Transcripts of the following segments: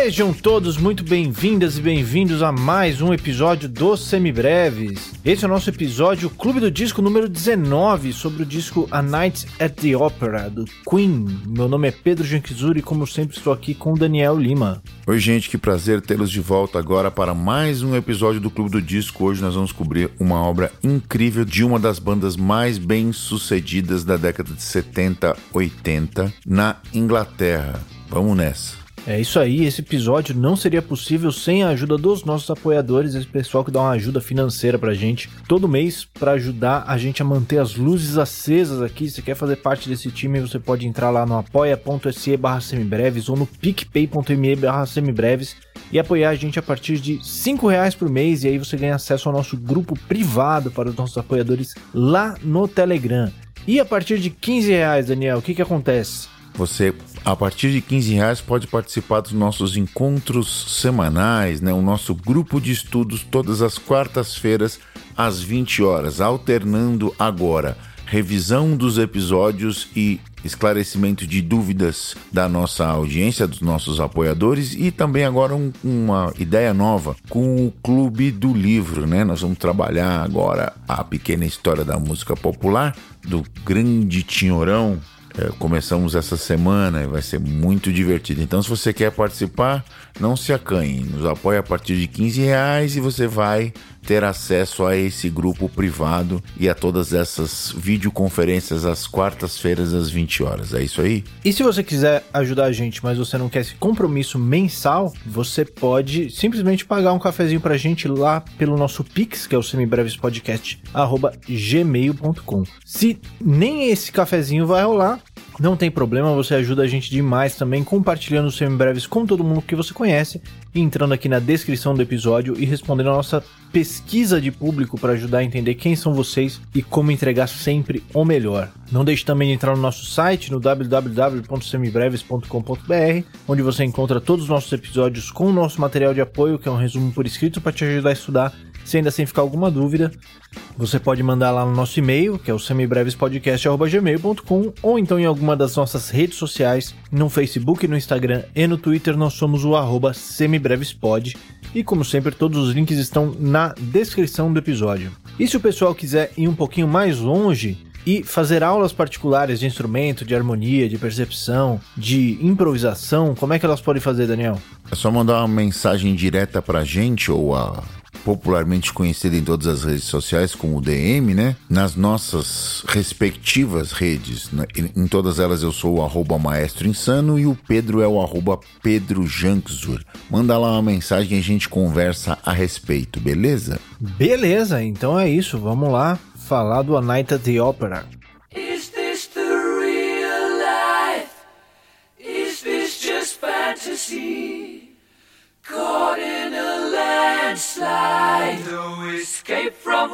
Sejam todos muito bem-vindas e bem-vindos a mais um episódio dos Semibreves. Esse é o nosso episódio Clube do Disco número 19, sobre o disco A Night at the Opera, do Queen. Meu nome é Pedro Janquizuri e como sempre estou aqui com o Daniel Lima. Oi gente, que prazer tê-los de volta agora para mais um episódio do Clube do Disco. Hoje nós vamos cobrir uma obra incrível de uma das bandas mais bem-sucedidas da década de 70, 80 na Inglaterra. Vamos nessa. É isso aí, esse episódio não seria possível sem a ajuda dos nossos apoiadores, esse pessoal que dá uma ajuda financeira pra gente todo mês para ajudar a gente a manter as luzes acesas aqui. Se quer fazer parte desse time, você pode entrar lá no apoia.se/semibreves ou no picpay.me/semibreves e apoiar a gente a partir de R$5 por mês, e aí você ganha acesso ao nosso grupo privado para os nossos apoiadores lá no Telegram. E a partir de R$15, Daniel, o que acontece? Você, a partir de R$15, pode participar dos nossos encontros semanais, né? O nosso grupo de estudos todas as quartas-feiras às 20 horas, alternando agora revisão dos episódios e esclarecimento de dúvidas da nossa audiência, dos nossos apoiadores, e também agora uma ideia nova com o Clube do Livro, né? Nós vamos trabalhar agora a pequena história da música popular do grande Tinhorão. Começamos essa semana e vai ser muito divertido. Então, se você quer participar, não se acanhe. Nos apoia a partir de R$15 e você vai ter acesso a esse grupo privado e a todas essas videoconferências às quartas-feiras às 20 horas. É isso aí? E se você quiser ajudar a gente, mas você não quer esse compromisso mensal, você pode simplesmente pagar um cafezinho pra gente lá pelo nosso Pix, que é o semibrevespodcast@gmail.com. Se nem esse cafezinho vai rolar, não tem problema, você ajuda a gente demais também compartilhando os Semibreves com todo mundo que você conhece e entrando aqui na descrição do episódio e respondendo a nossa pesquisa de público para ajudar a entender quem são vocês e como entregar sempre o melhor. Não deixe também de entrar no nosso site, no www.semibreves.com.br, onde você encontra todos os nossos episódios com o nosso material de apoio, que é um resumo por escrito para te ajudar a estudar. Se ainda sem ficar alguma dúvida, você pode mandar lá no nosso e-mail, que é o semibrevespodcast@gmail.com, ou então em alguma das nossas redes sociais, no Facebook, no Instagram e no Twitter, nós somos o @semibrevespod, e como sempre, todos os links estão na descrição do episódio. E se o pessoal quiser ir um pouquinho mais longe e fazer aulas particulares de instrumento, de harmonia, de percepção, de improvisação, como é que elas podem fazer, Daniel? É só mandar uma mensagem direta pra gente, ou popularmente conhecida em todas as redes sociais como DM, né? Nas nossas respectivas redes, né? Em todas elas eu sou o @maestroinsano e o Pedro é o @pedrojanczur. Manda lá uma mensagem e a gente conversa a respeito, beleza? Beleza, então é isso, vamos lá falar do A Night at the Opera. Is this the real life? Is this just fantasy? Caught in a landslide, no escape from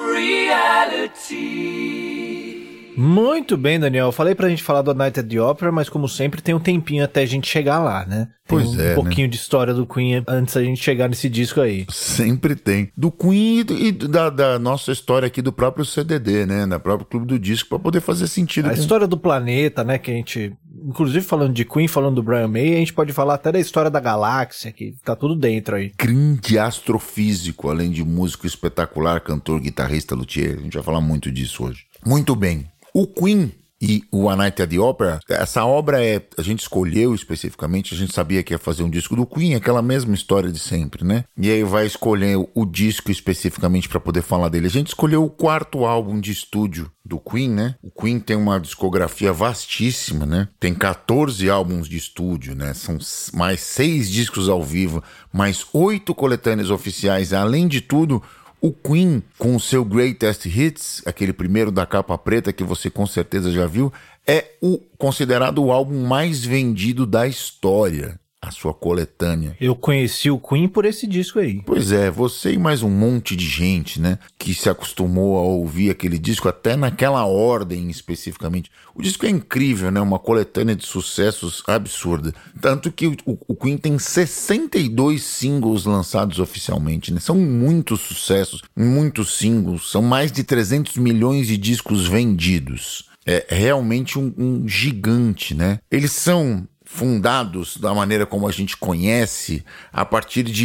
reality. Muito bem, Daniel. Eu falei pra gente falar do A Night at the Opera, mas como sempre tem um tempinho até a gente chegar lá, né? Pois é, um pouquinho de história do Queen antes da gente chegar nesse disco aí. Sempre tem. Do Queen e da nossa história aqui do próprio CDD, né? Da própria Clube do Disco, pra poder fazer sentido. A história do planeta, né? Que a gente, inclusive falando de Queen, falando do Brian May, a gente pode falar até da história da galáxia, que tá tudo dentro aí. Grande astrofísico, além de músico espetacular, cantor, guitarrista, luthier. A gente vai falar muito disso hoje. Muito bem. O Queen e o A Night at the Opera, essa obra a gente escolheu especificamente, a gente sabia que ia fazer um disco do Queen, aquela mesma história de sempre, né? E aí vai escolher o disco especificamente para poder falar dele. A gente escolheu o 4º álbum de estúdio do Queen, né? O Queen tem uma discografia vastíssima, né? Tem 14 álbuns de estúdio, né? São mais 6 discos ao vivo, mais 8 coletâneas oficiais. Além de tudo, o Queen, com o seu Greatest Hits, aquele primeiro da capa preta que você com certeza já viu, é considerado o álbum mais vendido da história. a sua coletânea. Eu conheci o Queen por esse disco aí. Pois é, você e mais um monte de gente, né, que se acostumou a ouvir aquele disco até naquela ordem especificamente. O disco é incrível, né, uma coletânea de sucessos absurda. Tanto que o Queen tem 62 singles lançados oficialmente, né? São muitos sucessos, muitos singles, são mais de 300 milhões de discos vendidos. É realmente um gigante, né? Eles são fundados da maneira como a gente conhece a partir de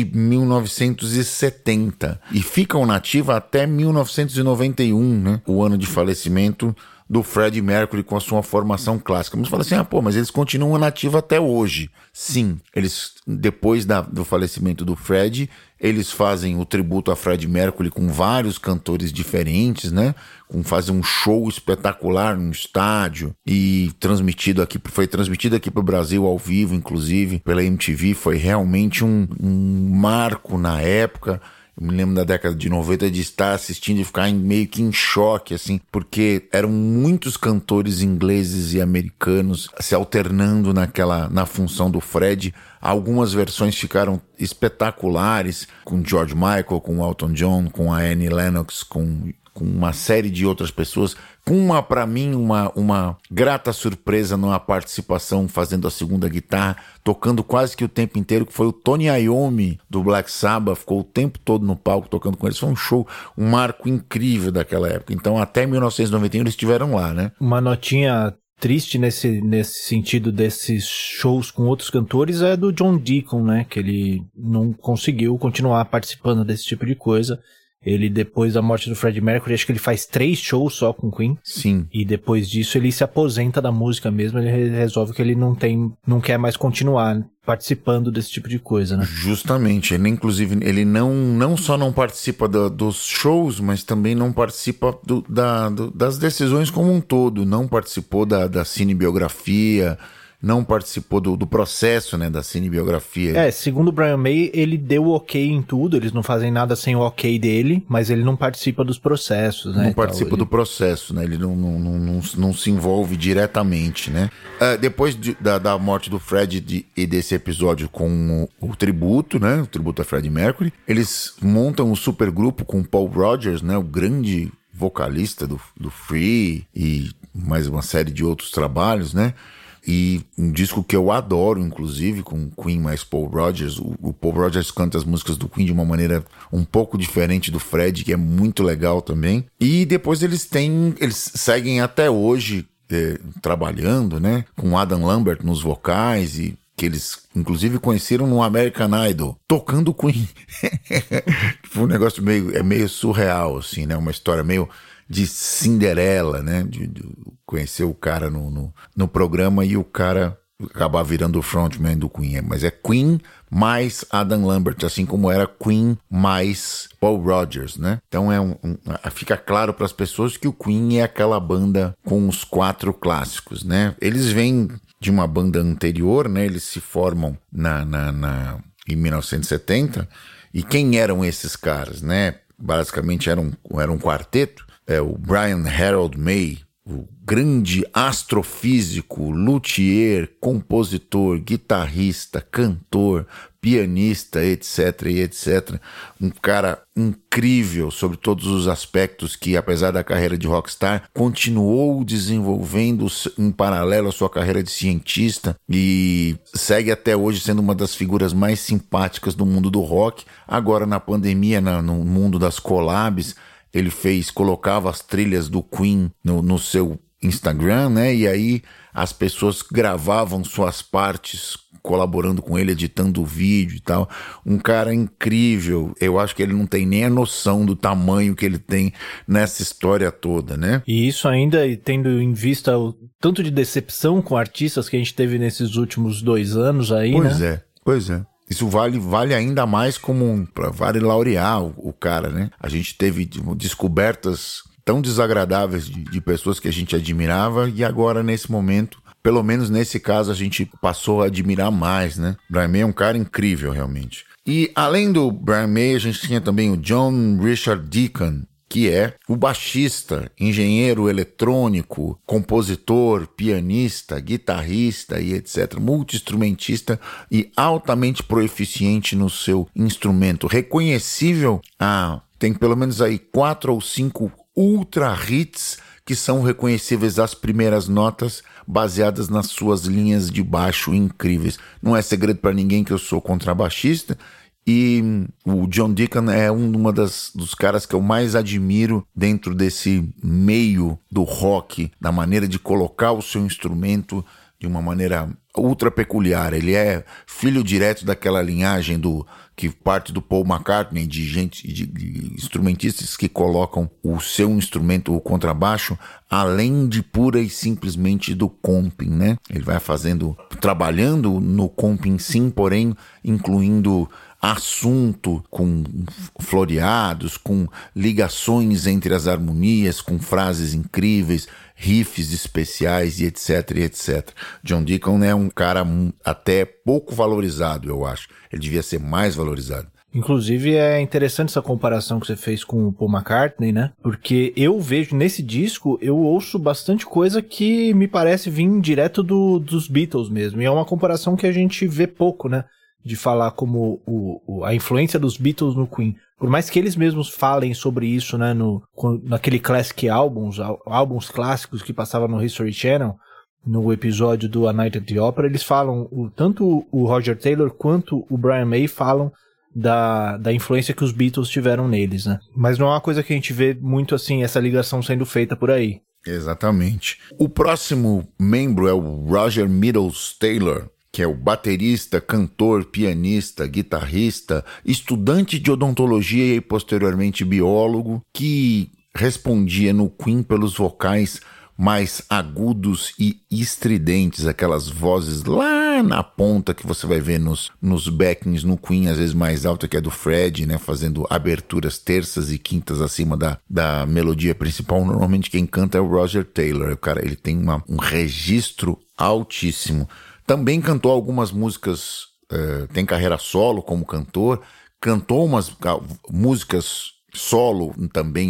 1970 e ficam na ativa até 1991, né? O ano de falecimento do Freddie Mercury com a sua formação clássica. Mas fala assim, mas eles continuam na ativa até hoje. Sim, eles, depois do falecimento do Freddie, eles fazem o tributo a Freddie Mercury com vários cantores diferentes, né? Fazem um show espetacular no estádio e foi transmitido aqui para o Brasil ao vivo, inclusive, pela MTV. Foi realmente um marco na época. Eu me lembro da década de 90 de estar assistindo e ficar meio que em choque, assim, porque eram muitos cantores ingleses e americanos se alternando na função do Fred. Algumas versões ficaram espetaculares, com George Michael, com Elton John, com a Annie Lennox, com uma série de outras pessoas, com para mim, uma grata surpresa numa participação fazendo a segunda guitarra, tocando quase que o tempo inteiro, que foi o Tony Iommi do Black Sabbath, ficou o tempo todo no palco tocando com eles. Foi um show, um marco incrível daquela época. Então até 1991 eles estiveram lá, né? Uma notinha triste nesse sentido desses shows com outros cantores é do John Deacon, né? Que ele não conseguiu continuar participando desse tipo de coisa. Ele, depois da morte do Freddie Mercury, acho que ele faz 3 shows só com Queen. Sim. E depois disso ele se aposenta da música mesmo, ele resolve que ele não quer mais continuar participando desse tipo de coisa, né? Justamente. Ele, inclusive, ele não só não participa dos shows, mas também não participa das decisões como um todo. Não participou da cinebiografia, não participou do processo, né, da cinebiografia. Segundo o Brian May, ele deu ok em tudo, eles não fazem nada sem o ok dele, mas ele não participa dos processos, né? Não participa do processo, né? Ele não se envolve diretamente, né? Depois da morte do Fred e desse episódio com o tributo, né? O tributo a Freddie Mercury, eles montam um supergrupo com Paul Rodgers, né? O grande vocalista do Free e mais uma série de outros trabalhos, né? E um disco que eu adoro, inclusive, com Queen mais Paul Rodgers. O Paul Rodgers canta as músicas do Queen de uma maneira um pouco diferente do Fred, que é muito legal também. E depois eles seguem até hoje trabalhando, né? Com Adam Lambert nos vocais e que eles, inclusive, conheceram no American Idol, tocando Queen. Foi um negócio meio surreal, assim, né? Uma história meio de Cinderela, né? De conhecer o cara no programa e o cara acabar virando o frontman do Queen. Mas é Queen mais Adam Lambert, assim como era Queen mais Paul Rodgers, né? Então fica claro para as pessoas que o Queen é aquela banda com os 4 clássicos, né? Eles vêm de uma banda anterior, né? Eles se formam em 1970. E quem eram esses caras, né? Basicamente era um quarteto. O Brian Harold May, o grande astrofísico, luthier, compositor, guitarrista, cantor, pianista, etc, e etc. Um cara incrível sobre todos os aspectos que, apesar da carreira de rockstar, continuou desenvolvendo em paralelo a sua carreira de cientista e segue até hoje sendo uma das figuras mais simpáticas do mundo do rock. Agora, na pandemia, no mundo das collabs, ele colocava as trilhas do Queen no seu Instagram, né? E aí as pessoas gravavam suas partes colaborando com ele, editando o vídeo e tal. Um cara incrível. Eu acho que ele não tem nem a noção do tamanho que ele tem nessa história toda, né? E isso ainda tendo em vista o tanto de decepção com artistas que a gente teve nesses últimos 2 anos aí, né? Pois é. Isso vale ainda mais vale laurear o cara, né? A gente teve descobertas tão desagradáveis de pessoas que a gente admirava e agora, nesse momento, pelo menos nesse caso, a gente passou a admirar mais, né? Brian May é um cara incrível, realmente. E além do Brian May, a gente tinha também o John Richard Deacon, que é o baixista, engenheiro eletrônico, compositor, pianista, guitarrista e etc. Multi-instrumentista e altamente proeficiente no seu instrumento. Reconhecível, tem pelo menos aí 4 ou 5 ultra hits que são reconhecíveis às primeiras notas, baseadas nas suas linhas de baixo incríveis. Não é segredo para ninguém que eu sou contrabaixista, e o John Deacon é dos caras que eu mais admiro dentro desse meio do rock, da maneira de colocar o seu instrumento de uma maneira ultra peculiar. Ele é filho direto daquela linhagem que parte do Paul McCartney, de instrumentistas que colocam o seu instrumento, o contrabaixo, além de pura e simplesmente do comping, né? Ele vai trabalhando no comping sim, porém incluindo assunto com floreados, com ligações entre as harmonias, com frases incríveis, riffs especiais e etc, e etc. John Deacon é um cara até pouco valorizado, eu acho. Ele devia ser mais valorizado. Inclusive é interessante essa comparação que você fez com o Paul McCartney, né? Porque eu vejo nesse disco, eu ouço bastante coisa que me parece vir direto dos Beatles mesmo. E é uma comparação que a gente vê pouco, né? De falar como a influência dos Beatles no Queen. Por mais que eles mesmos falem sobre isso, né, naquele Classic álbuns clássicos que passavam no History Channel, no episódio do A Night at the Opera, eles falam, tanto o Roger Taylor quanto o Brian May falam da influência que os Beatles tiveram neles, né. Mas não é uma coisa que a gente vê muito assim, essa ligação sendo feita por aí. Exatamente. O próximo membro é o Roger Meadows Taylor, que é o baterista, cantor, pianista, guitarrista, estudante de odontologia e posteriormente biólogo, que respondia no Queen pelos vocais mais agudos e estridentes, aquelas vozes lá na ponta que você vai ver nos backings no Queen, às vezes mais alta, que é do Fred, né, fazendo aberturas terças e quintas acima da melodia principal. Normalmente quem canta é o Roger Taylor, o cara, ele tem um registro altíssimo. Também cantou algumas músicas, tem carreira solo como cantor, cantou umas músicas solo também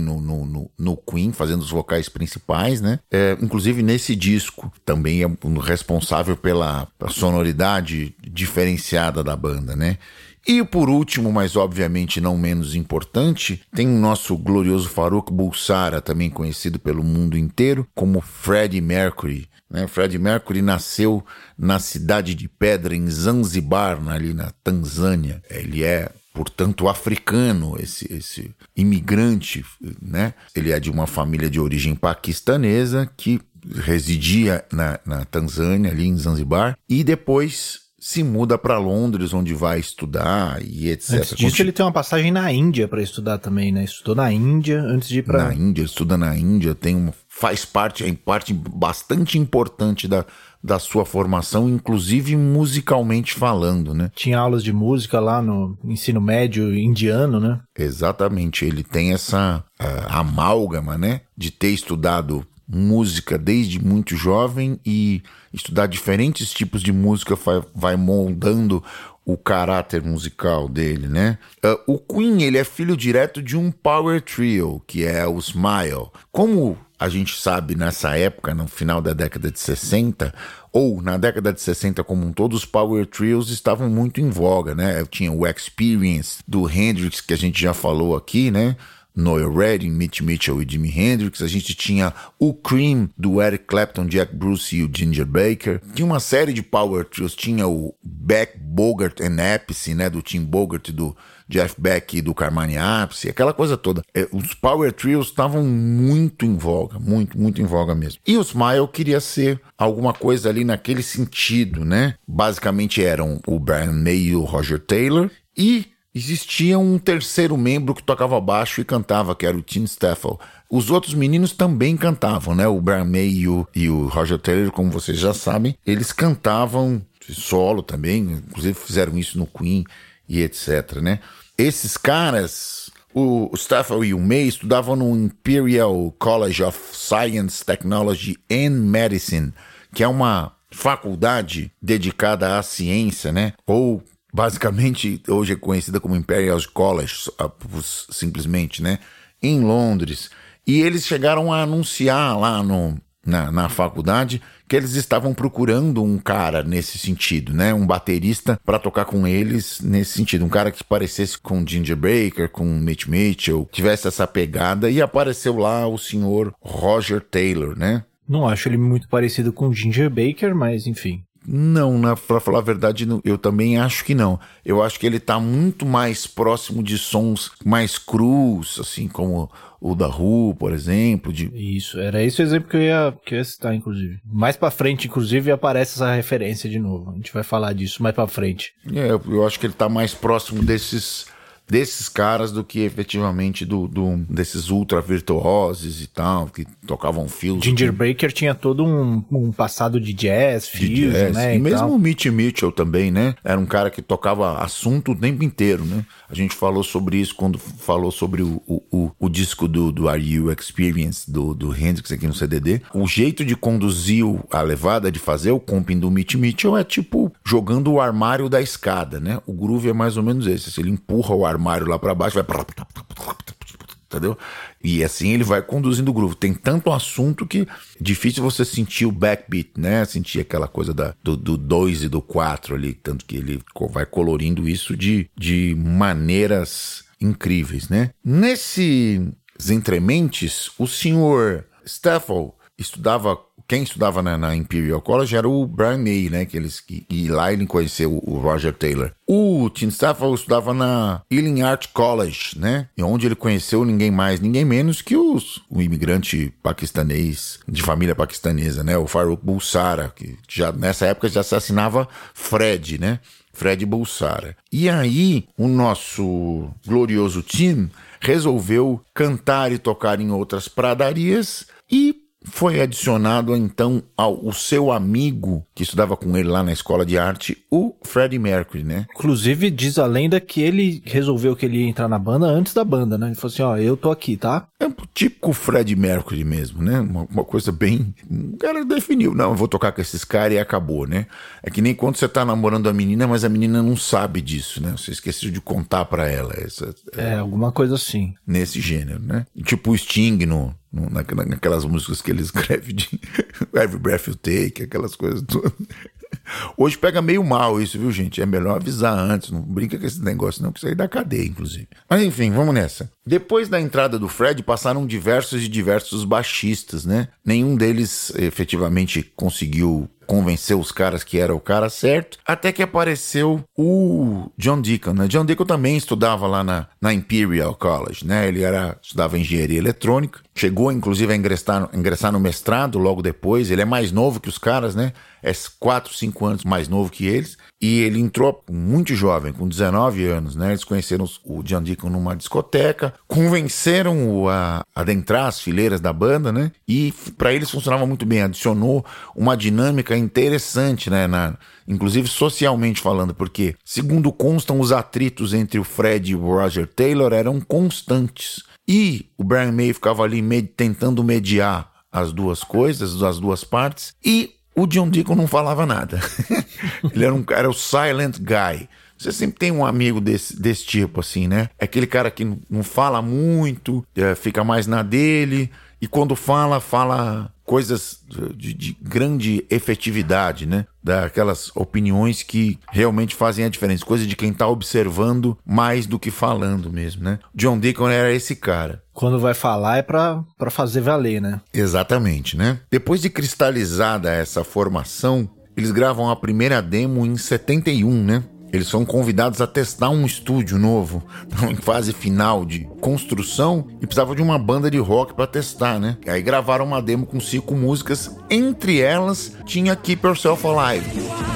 no Queen, fazendo os vocais principais, né? Inclusive nesse disco também é responsável pela sonoridade diferenciada da banda, né? E por último, mas obviamente não menos importante, tem o nosso glorioso Farrokh Bulsara, também conhecido pelo mundo inteiro como Freddie Mercury. Freddie Mercury nasceu na cidade de Pedra, em Zanzibar, ali na Tanzânia. Ele é, portanto, africano, esse imigrante, né? Ele é de uma família de origem paquistanesa que residia na Tanzânia, ali em Zanzibar, e depois se muda para Londres, onde vai estudar e etc. Antes disso, ele tem uma passagem na Índia para estudar também, né? Estudou na Índia antes de ir para... Na Índia, estuda na Índia, faz parte bastante importante da sua formação, inclusive musicalmente falando, né? Tinha aulas de música lá no ensino médio indiano, né? Exatamente, ele tem essa amálgama, né? De ter estudado música desde muito jovem e estudar diferentes tipos de música vai moldando o caráter musical dele, né? O Queen, ele é filho direto de um power trio, que é o Smile. Como a gente sabe, nessa época, no final da década de 60, ou na década de 60 como um todo, os power trios estavam muito em voga, né? Tinha o Experience do Hendrix, que a gente já falou aqui, né? Noel Redding, Mitch Mitchell e Jimi Hendrix. A gente tinha o Cream do Eric Clapton, Jack Bruce e o Ginger Baker. Tinha uma série de power trios, tinha o Beck, Bogart and Appice, né, do Tim Bogart, do Jeff Beck e do Carmine Appice, aquela coisa toda. Os power trios estavam muito em voga, muito em voga mesmo. E o Smile queria ser alguma coisa ali naquele sentido, né? Basicamente eram o Brian May e o Roger Taylor, e existia um terceiro membro que tocava baixo e cantava, que era o Tim Staffel. Os outros meninos também cantavam, né? O Brian May e o Roger Taylor, como vocês já sabem, eles cantavam solo também, inclusive fizeram isso no Queen e etc, né? Esses caras, o Staffel e o May estudavam no Imperial College of Science, Technology and Medicine, que é uma faculdade dedicada à ciência, né? Ou basicamente, hoje é conhecida como Imperial College, simplesmente, né? Em Londres. E eles chegaram a anunciar lá na faculdade que eles estavam procurando um cara nesse sentido, né? Um baterista para tocar com eles nesse sentido. Um cara que parecesse com Ginger Baker, com Mitch Mitchell, tivesse essa pegada. E apareceu lá o senhor Roger Taylor, né? Não acho ele muito parecido com Ginger Baker, mas enfim. Não, pra falar a verdade, eu também acho que não. Eu acho que ele tá muito mais próximo de sons mais crus, assim como o da Who, por exemplo. Isso, era esse o exemplo que eu ia citar, inclusive. Mais pra frente, inclusive, aparece essa referência de novo. A gente vai falar disso mais pra frente. Eu acho que ele tá mais próximo desses caras do que efetivamente desses ultra virtuosos e tal, que tocavam fios. Ginger Baker tinha todo um passado de jazz, fios, né? E mesmo o Mitch Mitchell também, né? Era um cara que tocava assunto o tempo inteiro, né? A gente falou sobre isso quando falou sobre o disco do Are You Experience, do Hendrix aqui no CDD. O jeito de conduzir a levada, de fazer o comping do Mitch Mitchell é tipo jogando o armário da escada, né? O groove é mais ou menos esse. Se ele empurra o armário lá pra baixo, vai... Entendeu? E assim ele vai conduzindo o groove. Tem tanto assunto que é difícil você sentir o backbeat, né? Sentir aquela coisa do 2 e do 4 ali. Tanto que ele vai colorindo isso de maneiras incríveis, né? Nesses entrementes, o senhor Staffel estudava... Quem estudava na Imperial College era o Brian May, né? E lá ele conheceu o Roger Taylor. O Tim Staffel estudava na Ealing Art College, né? E onde ele conheceu ninguém mais, ninguém menos que o imigrante paquistanês, de família paquistanesa, né? O Farooq Bulsara, que já nessa época já assassinava Fred, né? Fred Bulsara. E aí, o nosso glorioso Tim resolveu cantar e tocar em outras pradarias e foi adicionado então ao seu amigo que estudava com ele lá na escola de arte, o Freddie Mercury, né? Inclusive diz a lenda que ele resolveu que ele ia entrar na banda antes da banda, né? Ele falou assim, ó, eu tô aqui, tá? É um típico Freddie Mercury mesmo, né? Uma coisa bem... O cara definiu, não, eu vou tocar com esses caras e acabou, né? É que nem quando você tá namorando a menina, mas a menina não sabe disso, né? Você esqueceu de contar pra ela. Alguma coisa assim. Nesse gênero, né? Tipo o Sting naquelas músicas que ele escreve de Every Breath You Take, aquelas coisas todas. Hoje pega meio mal isso, viu, gente? É melhor avisar antes, não brinca com esse negócio não, que isso aí dá cadeia, inclusive. Mas enfim, vamos nessa. Depois da entrada do Fred, passaram diversos baixistas, né? Nenhum deles efetivamente conseguiu convencer os caras que era o cara certo, até que apareceu o John Deacon, né? John Deacon também estudava lá na Imperial College, né? Ele estudava engenharia eletrônica, chegou inclusive a ingressar no mestrado logo depois. Ele é mais novo que os caras, né? É 4, 5 anos mais novo que eles, e ele entrou muito jovem, com 19 anos, né? Eles conheceram o John Deacon numa discoteca, convenceram-o a adentrar as fileiras da banda, né? E para eles funcionava muito bem, adicionou uma dinâmica interessante, né? Inclusive socialmente falando, porque, segundo constam, os atritos entre o Fred e o Roger Taylor eram constantes. E o Brian May ficava ali tentando mediar as duas coisas, as duas partes, e o John Deacon não falava nada. Ele era o silent guy. Você sempre tem um amigo desse tipo, assim, né? É aquele cara que não fala muito, fica mais na dele, e quando fala coisas de grande efetividade, né? Daquelas opiniões que realmente fazem a diferença. Coisa de quem tá observando mais do que falando mesmo, né? John Deacon era esse cara. Quando vai falar é pra fazer valer, né? Exatamente, né? Depois de cristalizada essa formação, eles gravam a primeira demo em 71, né? Eles são convidados a testar um estúdio novo, em fase final de construção, e precisavam de uma banda de rock para testar, né? Aí gravaram uma demo com 5 músicas, entre elas tinha Keep Yourself Alive.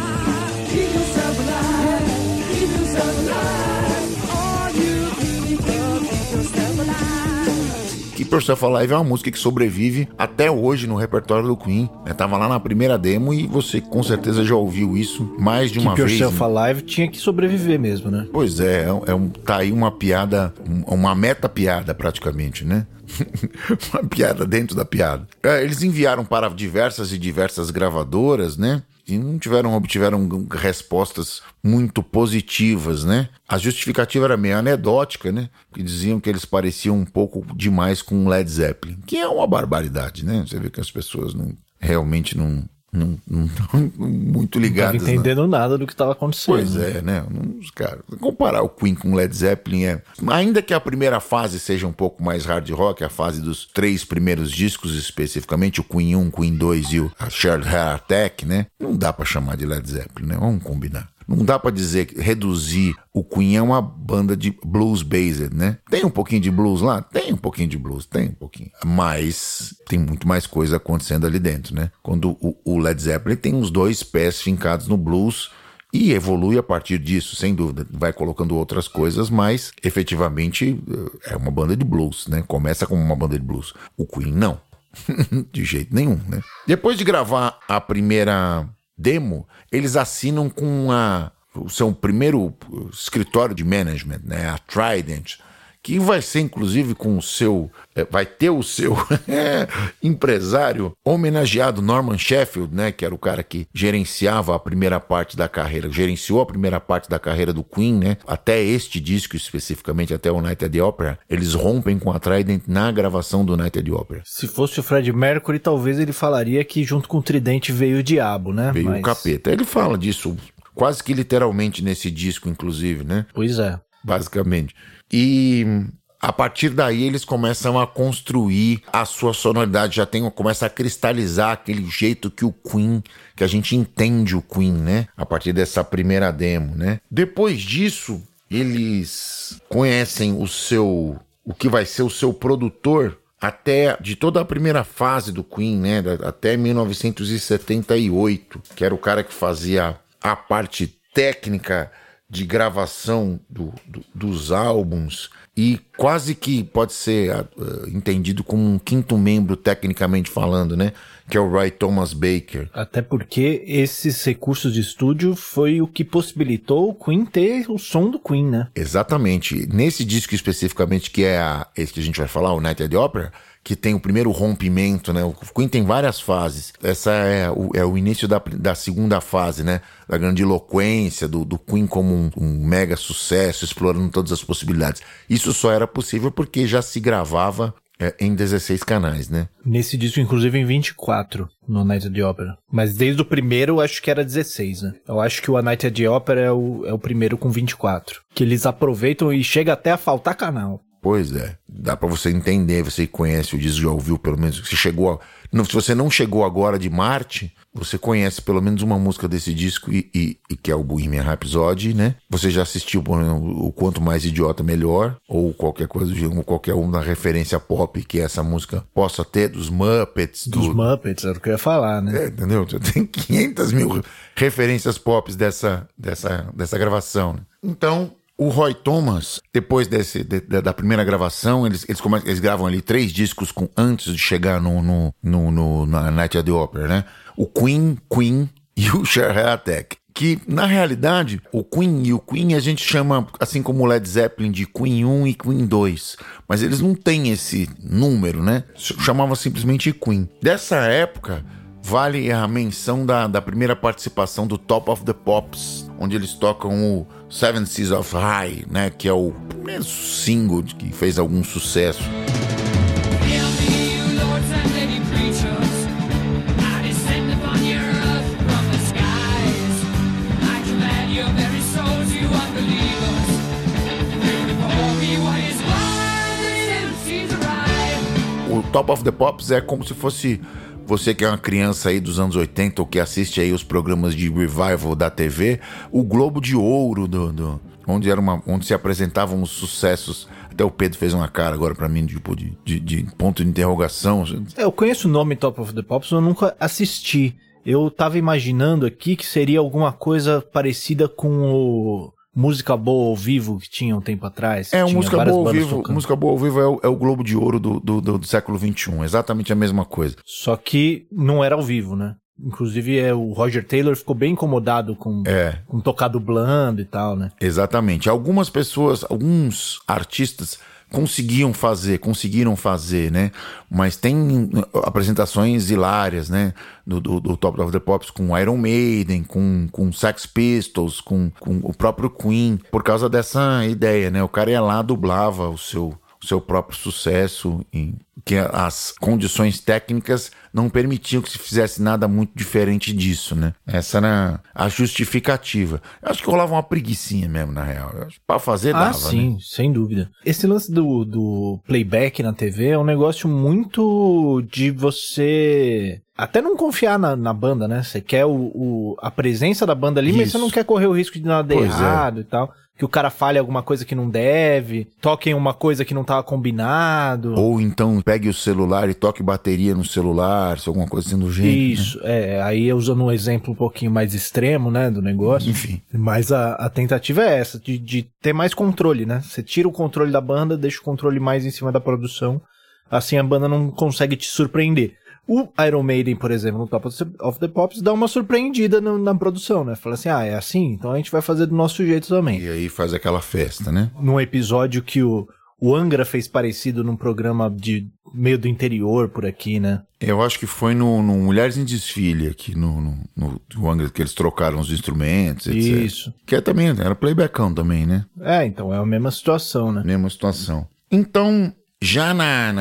Keep Yourself Alive é uma música que sobrevive até hoje no repertório do Queen. Tava lá na primeira demo e você com certeza já ouviu isso mais de uma vez. Keep Yourself Alive tinha que sobreviver mesmo, né? Pois é, tá aí uma piada, uma meta-piada praticamente, né? Uma piada dentro da piada. Eles enviaram para diversas gravadoras, né? E não obtiveram respostas muito positivas, né? A justificativa era meio anedótica, né? Que diziam que eles pareciam um pouco demais com Led Zeppelin, que é uma barbaridade, né? Você vê que as pessoas realmente não não estão muito ligadas. Não estava entendendo nada do que estava acontecendo. Pois é, né? Os caras, comparar o Queen com o Led Zeppelin ainda que a primeira fase seja um pouco mais hard rock, a fase dos 3 primeiros discos especificamente, o Queen 1, Queen 2 e o Shared Heart Attack, né? Não dá pra chamar de Led Zeppelin, né? Vamos combinar. Não dá pra dizer que reduzir o Queen é uma banda de blues-based, né? Tem um pouquinho de blues lá? Tem um pouquinho de blues, tem um pouquinho. Mas tem muito mais coisa acontecendo ali dentro, né? Quando o Led Zeppelin tem os 2 pés fincados no blues e evolui a partir disso, sem dúvida. Vai colocando outras coisas, mas efetivamente é uma banda de blues, né? Começa como uma banda de blues. O Queen não. De jeito nenhum, né? Depois de gravar a primeira demo, eles assinam com o seu primeiro escritório de management, né, a Trident, que vai ser inclusive com o seu, vai ter o seu empresário homenageado, Norman Sheffield, né, que era o cara que gerenciava a primeira parte da carreira, gerenciou a primeira parte da carreira do Queen, né, até este disco especificamente, até o Night at the Opera. Eles rompem com a Trident na gravação do Night at the Opera. Se fosse o Freddie Mercury, talvez ele falaria que junto com o Tridente veio o diabo, né? Veio o capeta. Ele fala disso quase que literalmente nesse disco, inclusive, né? Pois é. Basicamente. E a partir daí eles começam a construir a sua sonoridade, começa a cristalizar aquele jeito que o Queen, que a gente entende o Queen, né? A partir dessa primeira demo, né? Depois disso, eles conhecem o que vai ser o seu produtor até de toda a primeira fase do Queen, né? Até 1978, que era o cara que fazia a parte técnica de gravação dos álbuns e quase que pode ser entendido como um quinto membro tecnicamente falando, né? Que é o Roy Thomas Baker. Até porque esses recursos de estúdio foi o que possibilitou o Queen ter o som do Queen, né? Exatamente. Nesse disco especificamente, que é esse que a gente vai falar, o Night at the Opera, que tem o primeiro rompimento, né? O Queen tem várias fases. Essa é o início da segunda fase, né? Da grandiloquência, do Queen como um mega sucesso, explorando todas as possibilidades. Isso só era possível porque já se gravava em 16 canais, né? Nesse disco, inclusive, em 24, no Night at the Opera. Mas desde o primeiro, eu acho que era 16, né? Eu acho que o A Night at the Opera é o primeiro com 24. Que eles aproveitam e chega até a faltar canal. Pois é, dá pra você entender, você conhece o disco, já ouviu pelo menos, se você não chegou agora de Marte, você conhece pelo menos uma música desse disco e que é o Bohemian Rhapsody, né? Você já assistiu o Quanto Mais Idiota Melhor, ou qualquer coisa, ou qualquer uma referência pop que essa música possa ter, dos Muppets. Dos Muppets, era o que eu ia falar, né? Entendeu? Tem 500 mil referências pop dessa gravação, né? Então, o Roy Thomas, depois da primeira gravação, eles gravam ali 3 discos antes de chegar na Night at the Opera, né? O Queen e o Shared Heart Attack. Que, na realidade, o Queen a gente chama, assim como o Led Zeppelin, de Queen 1 e Queen 2. Mas eles não têm esse número, né? Chamava simplesmente Queen. Dessa época, vale a menção da primeira participação do Top of the Pops, onde eles tocam o Seven Seas of High, né? Que é o primeiro single que fez algum sucesso. O Top of the Pops é como se fosse você que é uma criança aí dos anos 80 ou que assiste aí os programas de revival da TV, o Globo de Ouro onde se apresentavam os sucessos. Até o Pedro fez uma cara agora pra mim de ponto de interrogação. Eu conheço o nome Top of the Pops, eu nunca assisti. Eu tava imaginando aqui que seria alguma coisa parecida com o Música Boa ao Vivo que tinha um tempo atrás. Música Boa ao Vivo é o Globo de Ouro do século XXI, exatamente a mesma coisa. Só que não era ao vivo, né? Inclusive o Roger Taylor ficou bem incomodado com tocar dublando e tal, né? Exatamente. Algumas pessoas, alguns artistas conseguiram fazer, né? Mas tem apresentações hilárias, né? Do Top of the Pops com Iron Maiden, com Sex Pistols, com o próprio Queen, por causa dessa ideia, né? O cara ia lá, dublava o seu próprio sucesso, que as condições técnicas não permitiam que se fizesse nada muito diferente disso, né? Essa era a justificativa. Eu acho que rolava uma preguicinha mesmo, na real. Pra fazer dava, sim, né? Sem dúvida. Esse lance do playback na TV é um negócio muito de você... até não confiar na banda, né? Você quer a presença da banda ali, mas você não quer correr o risco de nada errado e tal. Que o cara fale alguma coisa que não deve, toquem uma coisa que não tava combinado. Ou então pegue o celular e toque bateria no celular, se alguma coisa assim do jeito. Isso, né? Aí usando um exemplo um pouquinho mais extremo, né, do negócio. Enfim. Mas a tentativa é essa, de ter mais controle, né? Você tira o controle da banda, deixa o controle mais em cima da produção. Assim a banda não consegue te surpreender. O Iron Maiden, por exemplo, no Top of the Pops, dá uma surpreendida na produção, né? Fala assim, é assim? Então a gente vai fazer do nosso jeito também. E aí faz aquela festa, né? Num episódio que o Angra fez parecido num programa de meio do interior por aqui, né? Eu acho que foi no Mulheres em Desfile aqui no Angra, que eles trocaram os instrumentos, etc. Isso. Que também era playbackão também, né? Então é a mesma situação, né? Mesma situação. Então... já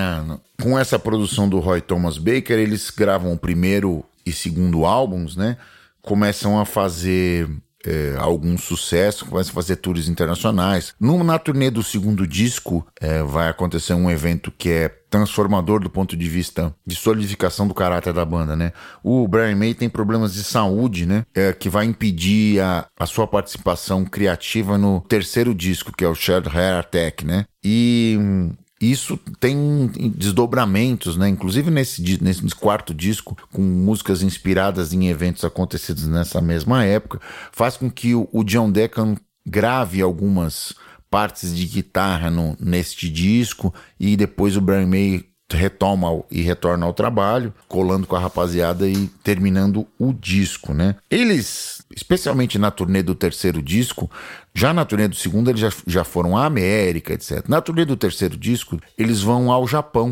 com essa produção do Roy Thomas Baker, eles gravam o primeiro e segundo álbuns, né? Começam a fazer algum sucesso, começam a fazer tours internacionais. Na turnê do segundo disco, vai acontecer um evento que é transformador do ponto de vista de solidificação do caráter da banda, né? O Brian May tem problemas de saúde, né? Que vai impedir a sua participação criativa no terceiro disco, que é o Shared Heart Attack, né? E... isso tem desdobramentos, né? Inclusive nesse quarto disco, com músicas inspiradas em eventos acontecidos nessa mesma época, faz com que o John Deacon grave algumas partes de guitarra neste disco, e depois o Brian May retoma e retorna ao trabalho, colando com a rapaziada e terminando o disco, né? Eles, especialmente na turnê do terceiro disco, já na turnê do segundo eles já foram à América, etc. Na turnê do terceiro disco, eles vão ao Japão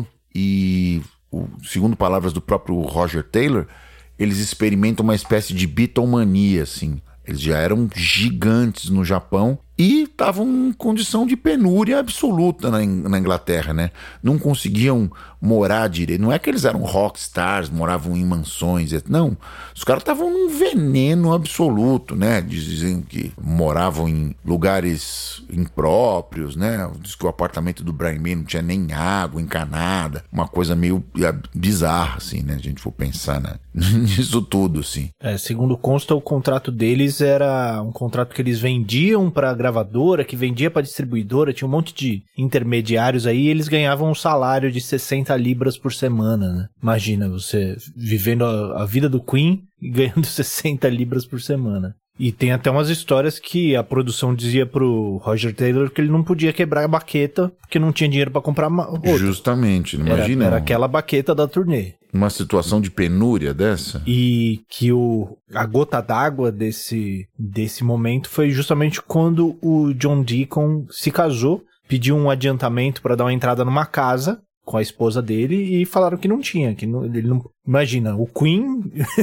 e, segundo palavras do próprio Roger Taylor, eles experimentam uma espécie de Beatlemania, assim. Eles já eram gigantes no Japão e estavam em condição de penúria absoluta na Inglaterra, né? Não conseguiam morar direito. Não é que eles eram rockstars, moravam em mansões. Não, os caras estavam num veneno absoluto, né? Dizem que moravam em lugares impróprios, né? Diz que o apartamento do Brian May não tinha nem água encanada. Uma coisa meio bizarra, assim, né? Se a gente for pensar, né? Nisso tudo, assim. Segundo consta, o contrato deles era um contrato que eles vendiam para gravadora, que vendia para distribuidora, tinha um monte de intermediários aí, e eles ganhavam um salário de 60 libras por semana, né? Imagina, você vivendo a vida do Queen e ganhando 60 libras por semana. E tem até umas histórias que a produção dizia pro Roger Taylor que ele não podia quebrar a baqueta porque não tinha dinheiro pra comprar outra. Justamente, imagina. Era aquela baqueta da turnê. Uma situação de penúria dessa. E que a gota d'água desse momento foi justamente quando o John Deacon se casou, pediu um adiantamento para dar uma entrada numa casa com a esposa dele e falaram que não tinha, ele não... Imagina, o Queen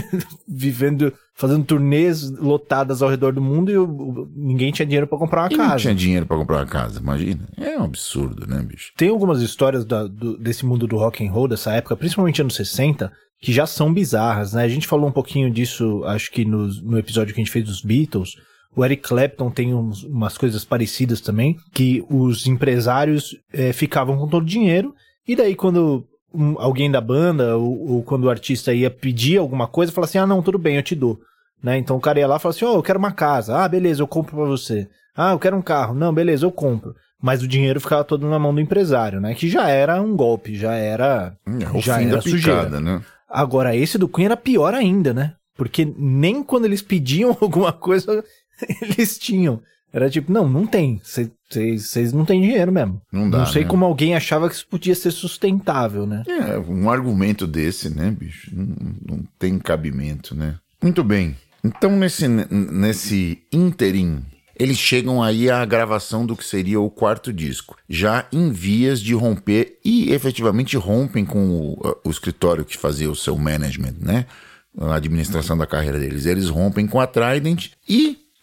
fazendo turnês lotadas ao redor do mundo e ninguém tinha dinheiro pra comprar uma casa. Não tinha dinheiro pra comprar uma casa, imagina. É um absurdo, né, bicho? Tem algumas histórias desse mundo do rock and roll, dessa época, principalmente anos 60, que já são bizarras, né? A gente falou um pouquinho disso, acho que no episódio que a gente fez dos Beatles. O Eric Clapton tem umas coisas parecidas também, que os empresários ficavam com todo o dinheiro. E daí quando alguém da banda ou quando o artista ia pedir alguma coisa, falava assim, não, tudo bem, eu te dou. Né? Então o cara ia lá e falava assim, eu quero uma casa. Beleza, eu compro pra você. Eu quero um carro. Não, beleza, eu compro. Mas o dinheiro ficava todo na mão do empresário, né? Que já era um golpe, já era sujeira. Né? Agora, esse do Queen era pior ainda, né? Porque nem quando eles pediam alguma coisa, eles tinham. Era tipo, não tem. Vocês não têm dinheiro mesmo. Não dá, não sei, né? Como alguém achava que isso podia ser sustentável, né? Um argumento desse, né, bicho? Não tem cabimento, né? Muito bem. Então, nesse ínterim, eles chegam aí à gravação do que seria o quarto disco. Já em vias de romper, e efetivamente rompem com o escritório que fazia o seu management, né? A administração da carreira deles. Eles rompem com a Trident e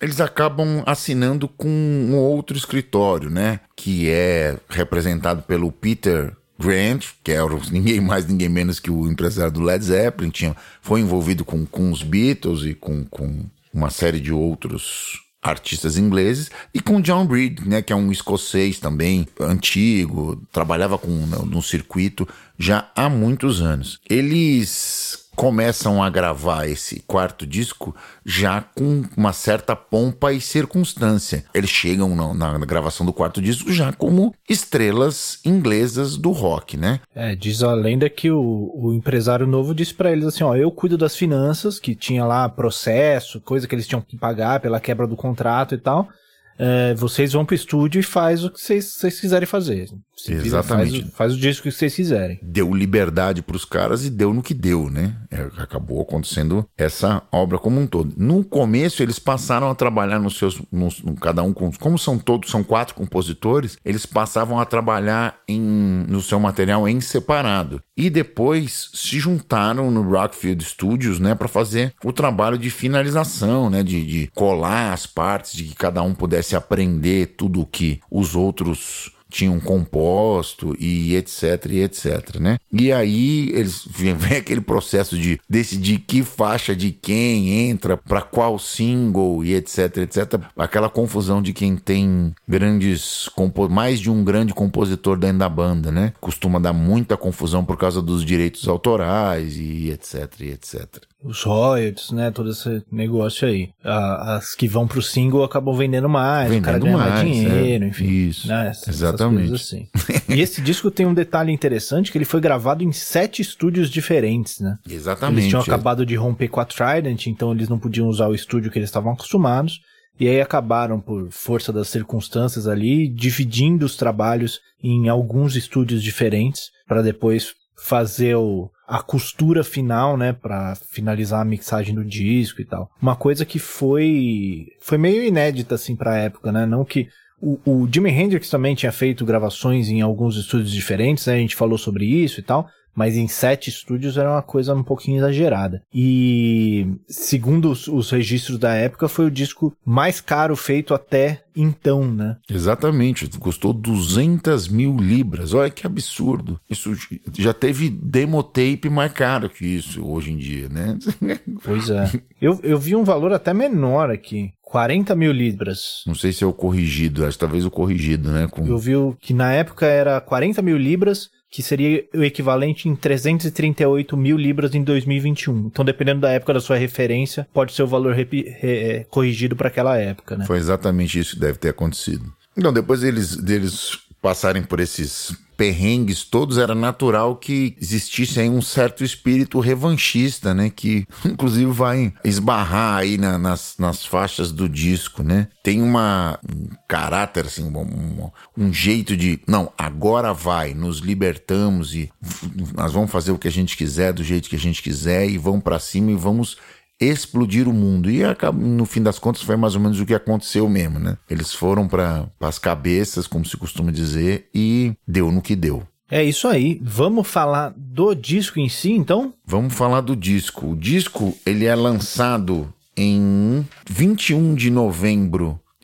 eles acabam assinando com um outro escritório, né? Que é representado pelo Peter Grant, que é ninguém mais, ninguém menos que o empresário do Led Zeppelin, foi envolvido com os Beatles e com uma série de outros artistas ingleses, e com John Breed, né, que é um escocês também, antigo, trabalhava no circuito já há muitos anos. Eles começam a gravar esse quarto disco já com uma certa pompa e circunstância. Eles chegam na gravação do quarto disco já como estrelas inglesas do rock, né? Diz a lenda que o empresário novo disse pra eles assim, ó, eu cuido das finanças, que tinha lá processo, coisa que eles tinham que pagar pela quebra do contrato e tal. Vocês vão pro estúdio e faz o que vocês quiserem fazer. Exatamente. Faz o disco que vocês quiserem. Deu liberdade pros caras e deu no que deu, né? Acabou acontecendo essa obra como um todo. No começo, eles passaram a trabalhar cada um, como são 4 compositores, eles passavam a trabalhar no seu material em separado. E depois se juntaram no Rockfield Studios, né, para fazer o trabalho de finalização, né, de colar as partes, de que cada um pudesse aprender tudo o que os outros tinham composto e etc, né? E aí vem aquele processo de decidir que faixa de quem entra para qual single e etc, aquela confusão de quem tem mais de um grande compositor dentro da banda, né? Costuma dar muita confusão por causa dos direitos autorais e etc. Os royalties, né? Todo esse negócio aí. As que vão pro single acabam vendendo mais, o cara ganha mais dinheiro, enfim. Isso, né? exatamente. Essas coisas assim. E esse disco tem um detalhe interessante, que ele foi gravado em 7 estúdios diferentes, né? Exatamente. Eles tinham acabado de romper com a Trident, então eles não podiam usar o estúdio que eles estavam acostumados, e aí acabaram, por força das circunstâncias ali, dividindo os trabalhos em alguns estúdios diferentes, para depois fazer a costura final, né, para finalizar a mixagem do disco e tal. Uma coisa que foi meio inédita, assim, pra época, né, não que o Jimi Hendrix também tinha feito gravações em alguns estúdios diferentes, né, a gente falou sobre isso e tal, mas em 7 estúdios era uma coisa um pouquinho exagerada. E, segundo os registros da época, foi o disco mais caro feito até então, né? Exatamente, custou 200 mil libras, olha que absurdo. Isso já teve demo tape mais caro que isso hoje em dia, né? Pois é. Eu vi um valor até menor aqui. 40 mil libras. Não sei se é o corrigido, acho talvez o corrigido, né? Eu vi que na época era 40 mil libras, que seria o equivalente em 338 mil libras em 2021. Então, dependendo da época da sua referência, pode ser o valor corrigido para aquela época, né? Foi exatamente isso que deve ter acontecido. Então, depois deles passarem por esses perrengues todos, era natural que existisse aí um certo espírito revanchista, né? Que, inclusive, vai esbarrar aí nas faixas do disco, né? Tem um caráter, assim, um jeito de, não, agora vai, nos libertamos e nós vamos fazer o que a gente quiser, do jeito que a gente quiser, e vamos pra cima e vamos explodir o mundo. E no fim das contas foi mais ou menos o que aconteceu mesmo, né? Eles foram para as cabeças, como se costuma dizer, e deu no que deu. É isso aí. Vamos falar do disco em si, então? Vamos falar do disco. O disco, ele é lançado em 21 de novembro de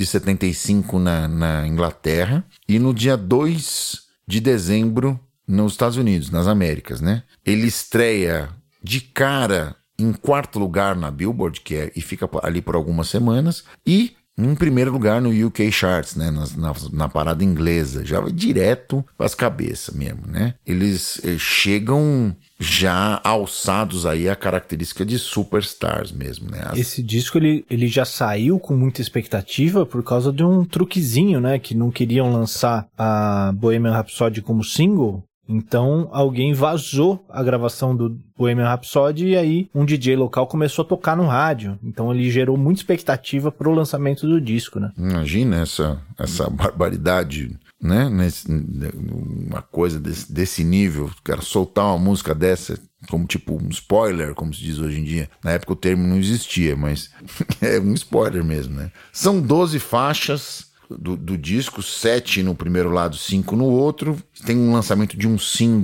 75 na Inglaterra e no dia 2 de dezembro nos Estados Unidos, nas Américas, né? Ele estreia de cara em 4º lugar na Billboard, e fica ali por algumas semanas, e em 1º lugar no UK Charts, né, na parada inglesa, já vai direto para as cabeças mesmo, né? Eles chegam já alçados aí a característica de superstars mesmo, né? Esse disco, ele já saiu com muita expectativa por causa de um truquezinho, né, que não queriam lançar a Bohemian Rhapsody como single. Então, alguém vazou a gravação do Bohemian Rhapsody e aí um DJ local começou a tocar no rádio. Então, ele gerou muita expectativa pro lançamento do disco, né? Imagina essa barbaridade, né? Uma coisa desse nível. Cara, soltar uma música dessa como tipo um spoiler, como se diz hoje em dia. Na época o termo não existia, mas é um spoiler mesmo, né? São 12 faixas do disco, 7 no primeiro lado, 5 no outro. Tem um lançamento de um single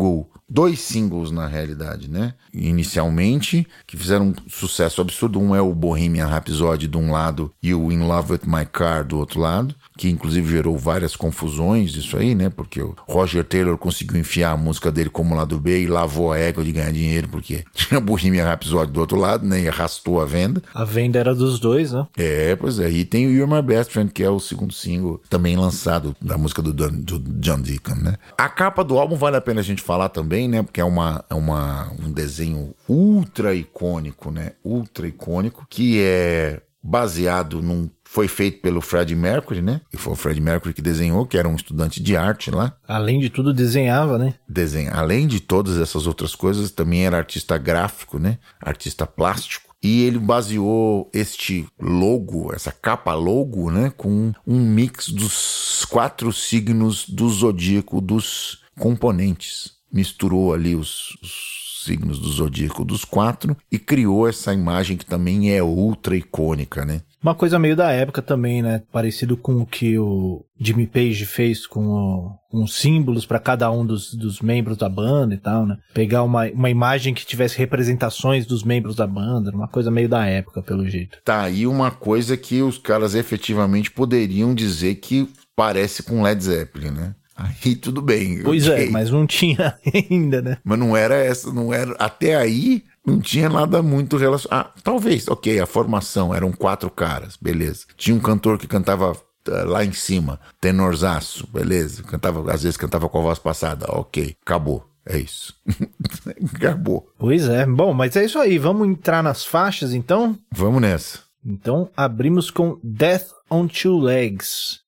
2 singles na realidade, né? Inicialmente, que fizeram um sucesso absurdo. Um é o Bohemian Rhapsody de um lado e o In Love With My Car do outro lado, que inclusive gerou várias confusões isso aí, né? Porque o Roger Taylor conseguiu enfiar a música dele como lado B e lavou a égua de ganhar dinheiro, porque tinha Bohemian Rhapsody do outro lado, né? E arrastou a venda. A venda era dos dois, né? Pois é. E tem o You're My Best Friend, que é o segundo single também lançado da música do John Deacon, né? A capa do álbum vale a pena a gente falar também, né? Porque é um desenho ultra icônico, né? Ultra icônico, que é baseado foi feito pelo Freddie Mercury, né? E foi o Freddie Mercury que desenhou, que era um estudante de arte lá. Além de tudo, desenhava, né? Além de todas essas outras coisas, também era artista gráfico, né? Artista plástico. E ele baseou este logo, essa capa logo, né? Com um mix dos 4 signos do zodíaco dos componentes. Misturou ali os signos do zodíaco dos 4 e criou essa imagem que também é ultra icônica, né? Uma coisa meio da época também, né? Parecido com o que o Jimmy Page fez com uns símbolos para cada um dos membros da banda e tal, né? Pegar uma imagem que tivesse representações dos membros da banda, uma coisa meio da época, pelo jeito. Tá, e uma coisa que os caras efetivamente poderiam dizer que parece com Led Zeppelin, né? Aí tudo bem. Pois okay. Mas não tinha ainda, né? Mas não era até aí não tinha nada muito relacionado. Talvez, ok, a formação, eram 4 caras, beleza. Tinha um cantor que cantava lá em cima, tenorzaço, beleza. Às vezes cantava com a voz passada, ok, acabou. É isso. Acabou. Pois é, bom, mas é isso aí, vamos entrar nas faixas então? Vamos nessa. Então abrimos com Death on Two Legs.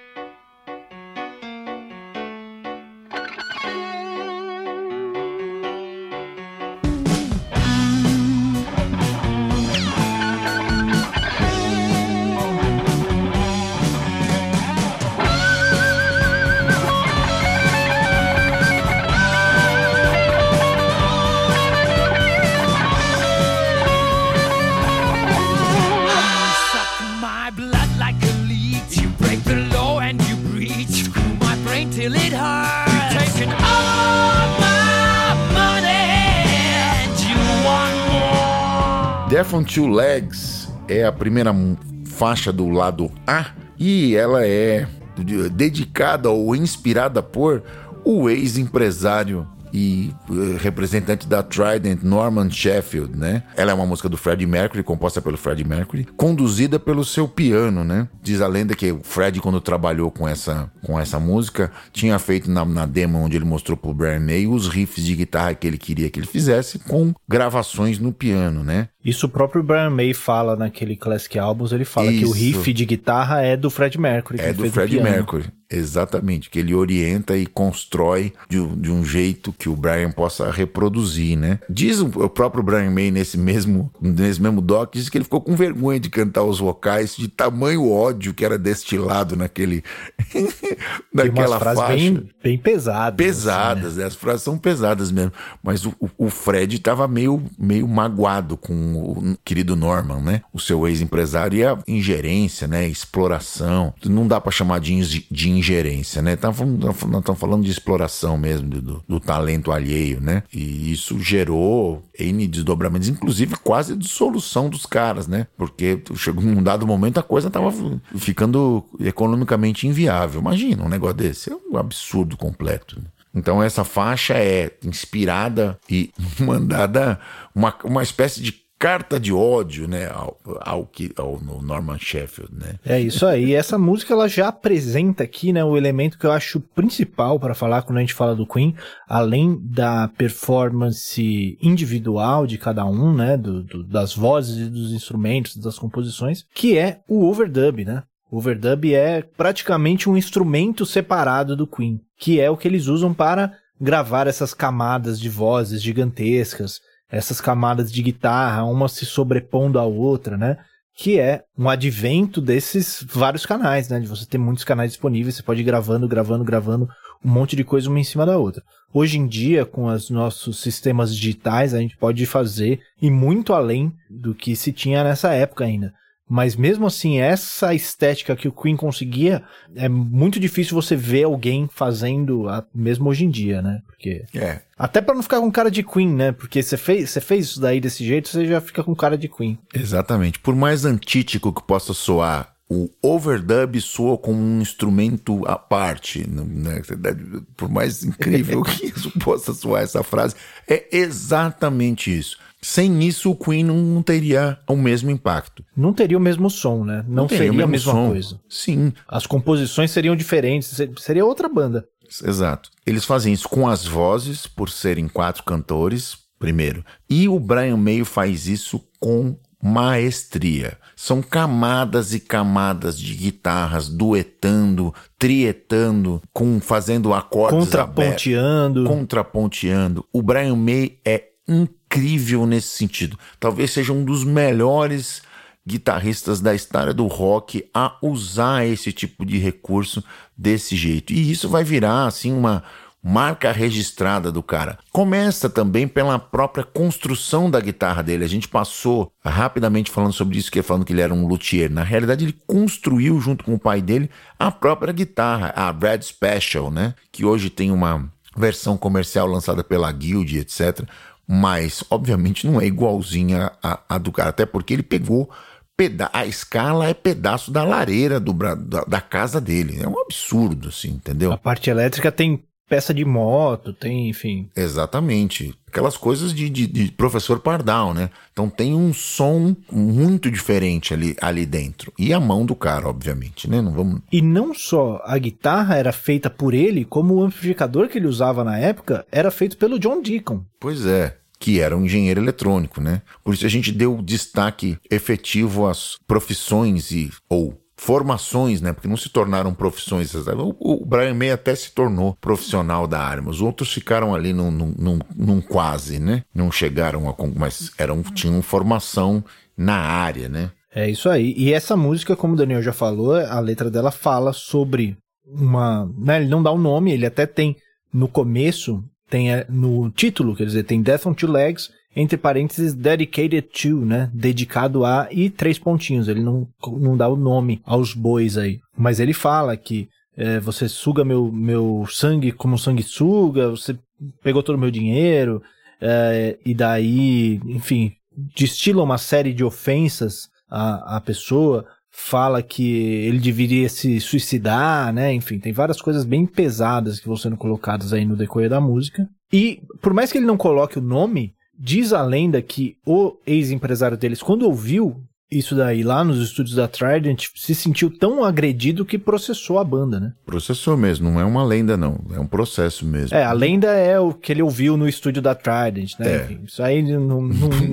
Death on Two Legs é a primeira faixa do lado A e ela é dedicada ou inspirada por o ex-empresário e representante da Trident, Norman Sheffield, né? Ela é uma música do Freddie Mercury, composta pelo Freddie Mercury, conduzida pelo seu piano, né? Diz a lenda que o Freddie, quando trabalhou com essa música, tinha feito na demo onde ele mostrou pro Brian May os riffs de guitarra que ele queria que ele fizesse com gravações no piano, né? Isso o próprio Brian May fala naquele Classic Albums, ele fala que o riff de guitarra é do Freddie Mercury. É do Freddie Mercury, exatamente, que ele orienta e constrói de um jeito que o Brian possa reproduzir, né? Diz o próprio Brian May nesse mesmo doc, diz que ele ficou com vergonha de cantar os vocais de tamanho ódio que era destilado naquela faixa. Bem pesadas. Pesadas, assim, né? As frases são pesadas mesmo, mas o Fred estava meio magoado com o querido Norman, né? O seu ex-empresário, e a ingerência, né? Exploração. Não dá pra chamar de ingerência, né? Nós estamos falando de exploração mesmo, do talento alheio, né? E isso gerou N desdobramentos, inclusive quase dissolução dos caras, né? Porque chegou num dado momento a coisa tava ficando economicamente inviável. Imagina um negócio desse. É um absurdo completo, né? Então essa faixa é inspirada e mandada uma espécie de carta de ódio, né, ao Norman Sheffield, né? É isso aí. Essa música ela já apresenta aqui, né, o elemento que eu acho principal para falar quando a gente fala do Queen, além da performance individual de cada um, né, das vozes e dos instrumentos, das composições, que é o overdub, né? O overdub é praticamente um instrumento separado do Queen, que é o que eles usam para gravar essas camadas de vozes gigantescas, essas camadas de guitarra, uma se sobrepondo à outra, né? Que é um advento desses vários canais, né? De você ter muitos canais disponíveis, você pode ir gravando um monte de coisa uma em cima da outra. Hoje em dia, com os nossos sistemas digitais, a gente pode fazer e muito além do que se tinha nessa época ainda. Mas mesmo assim, essa estética que o Queen conseguia, é muito difícil você ver alguém fazendo mesmo hoje em dia, né? Porque... Até pra não ficar com cara de Queen, né? Porque você fez isso daí desse jeito, você já fica com cara de Queen. Exatamente. Por mais antítico que possa soar, o overdub soa como um instrumento à parte, né? Por mais incrível que isso possa soar essa frase, é exatamente isso. Sem isso, o Queen não teria o mesmo impacto. Não teria o mesmo som, né? Não seria a mesma coisa. Sim. As composições seriam diferentes, seria outra banda. Exato. Eles fazem isso com as vozes, por serem 4 cantores, primeiro. E o Brian May faz isso com maestria. São camadas e camadas de guitarras duetando, trietando, fazendo acordes contraponteando. O Brian May é incrível nesse sentido. Talvez seja um dos melhores guitarristas da história do rock a usar esse tipo de recurso desse jeito. E isso vai virar, assim, uma marca registrada do cara. Começa também pela própria construção da guitarra dele. A gente passou rapidamente falando sobre isso, falando que ele era um luthier. Na realidade, ele construiu, junto com o pai dele, a própria guitarra, a Brad Special, né? Que hoje tem uma versão comercial lançada pela Guild, etc., mas obviamente não é igualzinha a do cara, até porque ele pegou a escala é pedaço da lareira da casa dele, é um absurdo, assim, entendeu? A parte elétrica tem peça de moto, tem, enfim... Exatamente, aquelas coisas de professor Pardal, né? Então tem um som muito diferente ali dentro, e a mão do cara, obviamente, né? E não só a guitarra era feita por ele, como o amplificador que ele usava na época era feito pelo John Deacon. Pois é, que era um engenheiro eletrônico, né? Por isso a gente deu destaque efetivo às profissões ou formações, né? Porque não se tornaram profissões. O Brian May até se tornou profissional da área, mas os outros ficaram ali num quase, né? Não chegaram mas tinham formação na área, né? É isso aí. E essa música, como o Daniel já falou, a letra dela fala sobre né, ele não dá o nome, ele até tem no começo, tem no título, quer dizer, tem Death on Two Legs, entre parênteses, dedicated to, né? Dedicado a, e 3 pontinhos. Ele não dá o nome aos bois aí. Mas ele fala que você suga meu sangue como sanguessuga, você pegou todo o meu dinheiro, e daí, enfim, destila uma série de ofensas à pessoa, fala que ele deveria se suicidar, né? Enfim, tem várias coisas bem pesadas que vão sendo colocadas aí no decorrer da música. E, por mais que ele não coloque o nome, diz a lenda que o ex-empresário deles, quando ouviu isso daí lá nos estúdios da Trident, se sentiu tão agredido que processou a banda, né? Processou mesmo, não é uma lenda não, é um processo mesmo. A lenda é o que ele ouviu no estúdio da Trident, né? Enfim, isso aí não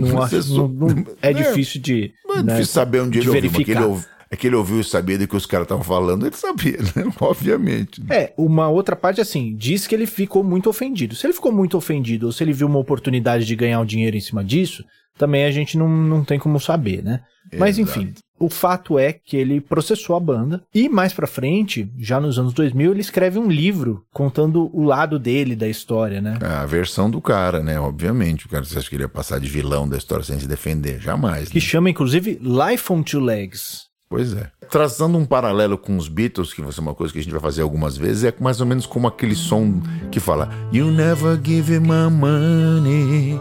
é difícil de... É difícil saber onde ele ouviu, é que ele ouviu e sabia do que os caras estavam falando, ele sabia, né? Obviamente. Uma outra parte, assim, diz que ele ficou muito ofendido. Se ele ficou muito ofendido, ou se ele viu uma oportunidade de ganhar um dinheiro em cima disso, também a gente não tem como saber, né? Mas, enfim, o fato é que ele processou a banda, e mais pra frente, já nos anos 2000, ele escreve um livro contando o lado dele da história, né? A versão do cara, né? Obviamente. O cara, você acha que ele ia passar de vilão da história sem se defender? Jamais. Que chama, inclusive, Life on Two Legs. Pois é. Traçando um paralelo com os Beatles, que vai ser uma coisa que a gente vai fazer algumas vezes, é mais ou menos como aquele som que fala You never give him my money,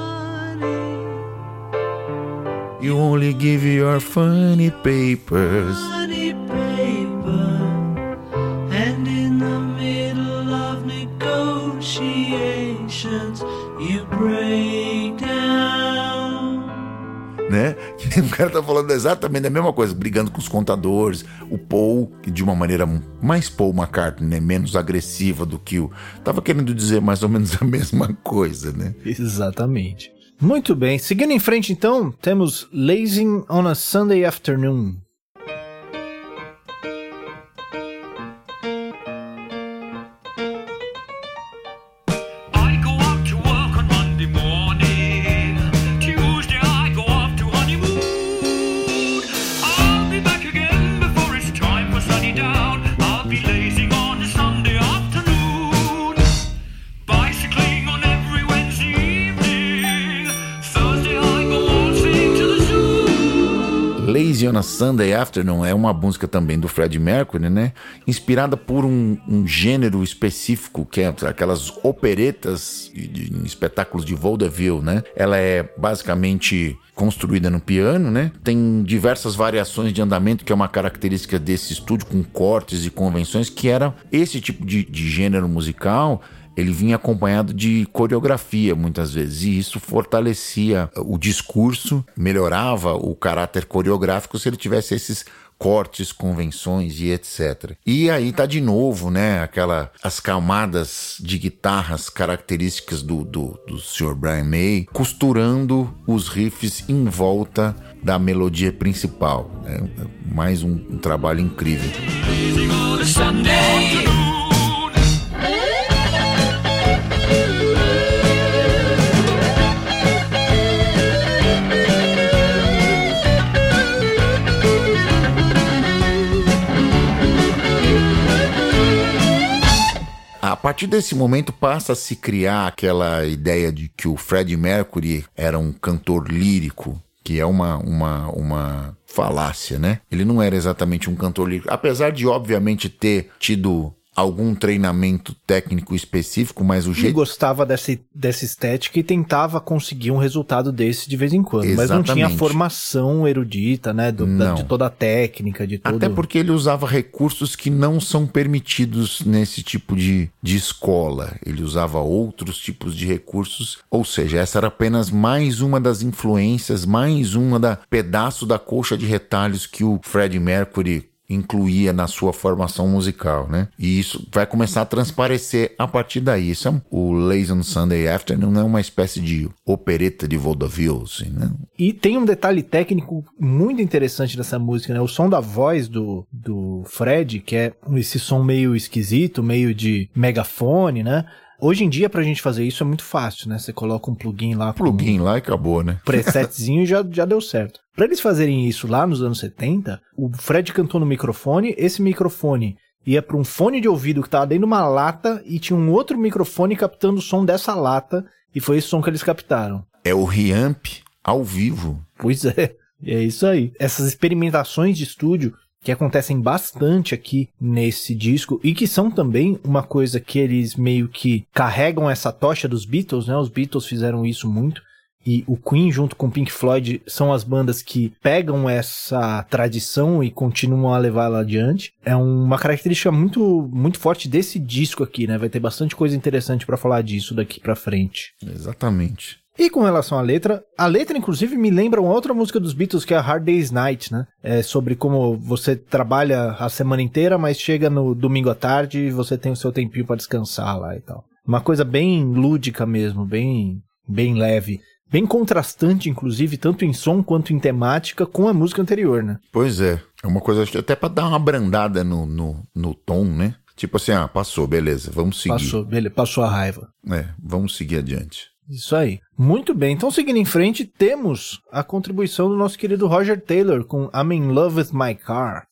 you only give your funny papers. Funny paper, and in the middle of negotiations, you break down. Né? O cara tá falando exatamente a mesma coisa, brigando com os contadores. O Paul, de uma maneira mais Paul McCartney, né? Menos agressiva do que tava querendo dizer mais ou menos a mesma coisa, né? Exatamente. Muito bem, seguindo em frente então, temos Lazing on a Sunday Afternoon. Easy on a Sunday Afternoon é uma música também do Freddie Mercury, né? Inspirada por um gênero específico, que é aquelas operetas em espetáculos de vaudeville, né? Ela é basicamente construída no piano, né? Tem diversas variações de andamento, que é uma característica desse estúdio, com cortes e convenções, que era esse tipo de gênero musical. Ele vinha acompanhado de coreografia muitas vezes, e isso fortalecia o discurso, melhorava o caráter coreográfico se ele tivesse esses cortes, convenções e etc. E aí tá de novo, né, as camadas de guitarras características do Sr. Brian May, costurando os riffs em volta da melodia principal. É mais um trabalho incrível. A partir desse momento passa a se criar aquela ideia de que o Freddie Mercury era um cantor lírico, que é uma falácia, né? Ele não era exatamente um cantor lírico, apesar de obviamente ter tido algum treinamento técnico específico, mas o jeito... Ele gostava dessa estética e tentava conseguir um resultado desse de vez em quando. Exatamente. Mas não tinha a formação erudita, né? De toda a técnica, de todo... Até porque ele usava recursos que não são permitidos nesse tipo de escola. Ele usava outros tipos de recursos, ou seja, essa era apenas mais uma das influências, mais pedaço da colcha de retalhos que o Freddie Mercury incluía na sua formação musical, né? E isso vai começar a transparecer a partir daí. Isso é o Lazy on Sunday Afternoon, é uma espécie de opereta de vaudeville, assim, né? E tem um detalhe técnico muito interessante dessa música, né? O som da voz do Fred, que é esse som meio esquisito, meio de megafone, né? Hoje em dia, pra gente fazer isso é muito fácil, né? Você coloca um plugin lá. Lá e acabou, né? Presetzinho e já deu certo. Pra eles fazerem isso lá nos anos 70, o Fred cantou no microfone, esse microfone ia pra um fone de ouvido que tava dentro de uma lata e tinha um outro microfone captando o som dessa lata, e foi esse som que eles captaram. É o reamp ao vivo. Pois é isso aí. Essas experimentações de estúdio que acontecem bastante aqui nesse disco e que são também uma coisa que eles meio que carregam essa tocha dos Beatles, né? Os Beatles fizeram isso muito e o Queen junto com o Pink Floyd são as bandas que pegam essa tradição e continuam a levá-la adiante. É uma característica muito, muito forte desse disco aqui, né? Vai ter bastante coisa interessante pra falar disso daqui pra frente. Exatamente. E com relação à letra inclusive me lembra uma outra música dos Beatles que é a Hard Day's Night, né? É sobre como você trabalha a semana inteira, mas chega no domingo à tarde e você tem o seu tempinho pra descansar lá e tal. Uma coisa bem lúdica mesmo, bem leve. Bem contrastante, inclusive, tanto em som quanto em temática com a música anterior, né? Pois é. É uma coisa até pra dar uma abrandada no tom, né? Tipo assim, passou, beleza, vamos seguir. Passou a raiva. Vamos seguir adiante. Isso aí. Muito bem. Então, seguindo em frente, temos a contribuição do nosso querido Roger Taylor com I'm in Love with My Car.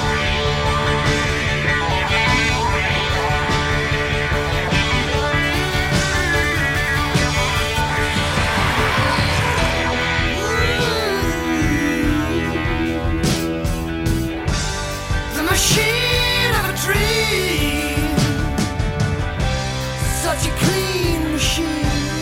The machine of a dream, such a clean machine.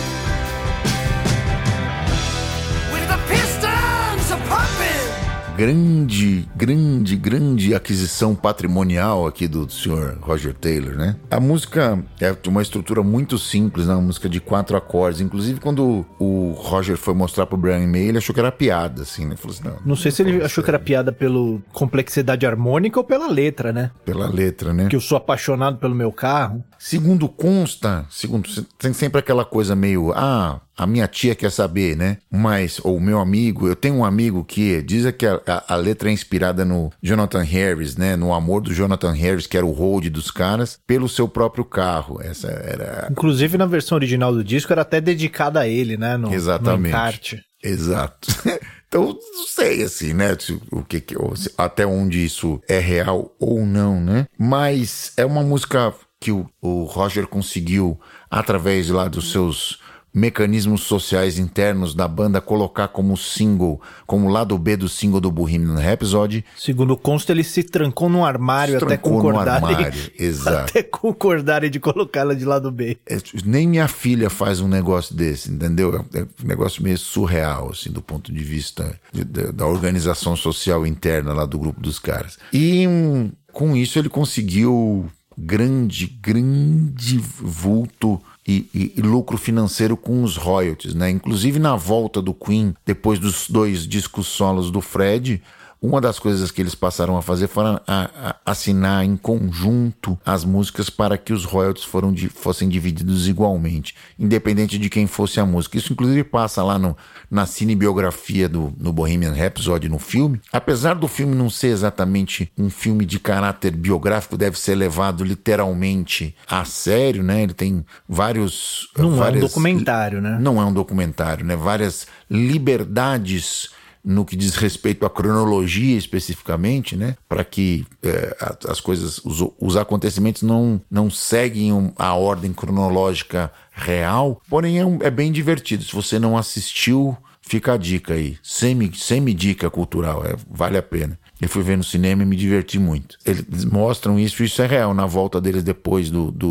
Grande aquisição patrimonial aqui do Sr. Roger Taylor, né? A música é de uma estrutura muito simples, né? Uma música de 4 acordes. Inclusive, quando o Roger foi mostrar pro Brian May, ele achou que era piada, assim, né? Falou assim, não sei se ele achou que era piada pela complexidade harmônica ou pela letra, né? Pela letra, né? Que eu sou apaixonado pelo meu carro. Segundo tem sempre aquela coisa meio, a minha tia quer saber, né? Mas, ou o meu amigo, eu tenho um amigo que diz que a letra é inspirada no Jonathan Harris, né? No amor do Jonathan Harris, que era o road dos caras, pelo seu próprio carro. Essa era... Inclusive, na versão original do disco, era até dedicada a ele, né? Exatamente. No encarte. Exato. Então, não sei, assim, né? Até onde isso é real ou não, né? Mas é uma música que o Roger conseguiu, através lá dos seus mecanismos sociais internos da banda colocar como single, como lado B do single do Bohemian Rhapsody. Segundo consta, ele se trancou num armário até concordarem. Exato. Até concordarem de colocá-la de lado B. Nem minha filha faz um negócio desse, entendeu? É um negócio meio surreal, assim, do ponto de vista da organização social interna lá do grupo dos caras. E com isso ele conseguiu grande vulto e lucro financeiro com os royalties, né? Inclusive na volta do Queen, depois dos 2 discos solos do Fred, uma das coisas que eles passaram a fazer foi assinar em conjunto as músicas para que os royalties fossem divididos igualmente, independente de quem fosse a música. Isso inclusive passa lá na cinebiografia no Bohemian Rhapsody, no filme. Apesar do filme não ser exatamente um filme de caráter biográfico, deve ser levado literalmente a sério, né? Ele tem vários... É um documentário, né? Não é um documentário, né? Várias liberdades no que diz respeito à cronologia especificamente, né? Para que as coisas, os acontecimentos não seguem a ordem cronológica real, porém é bem divertido. Se você não assistiu, fica a dica aí, semi-dica cultural, vale a pena. Eu fui ver no cinema e me diverti muito. Eles mostram isso é real, na volta deles depois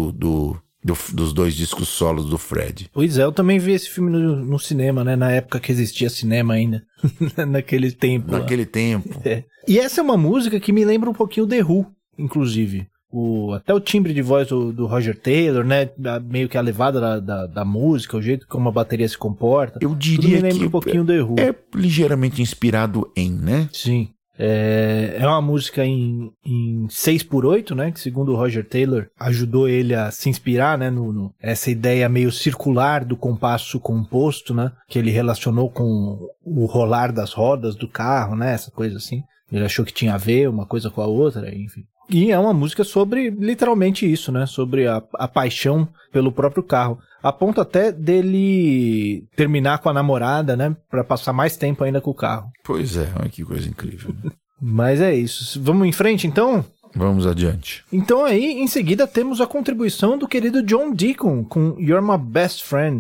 dos 2 discos solos do Fred. Pois é, eu também vi esse filme no cinema, né? Na época que existia cinema ainda. Naquele tempo. É. E essa é uma música que me lembra um pouquinho The Who, inclusive. Até o timbre de voz do Roger Taylor, né? Meio que a levada da música, o jeito como a bateria se comporta. Eu diria me lembra um pouquinho The Who. É ligeiramente inspirado em, né? Sim. É uma música em 6/8, né? Que segundo o Roger Taylor ajudou ele a se inspirar, né? Essa ideia meio circular do compasso composto, né? Que ele relacionou com o rolar das rodas do carro, né? Essa coisa assim. Ele achou que tinha a ver uma coisa com a outra, enfim. E é uma música sobre literalmente isso, né? Sobre a paixão pelo próprio carro. A ponto até dele terminar com a namorada, né? Pra passar mais tempo ainda com o carro. Pois é, olha que coisa incrível. Né? Mas é isso. Vamos em frente, então? Vamos adiante. Então aí, em seguida, temos a contribuição do querido John Deacon com You're My Best Friend.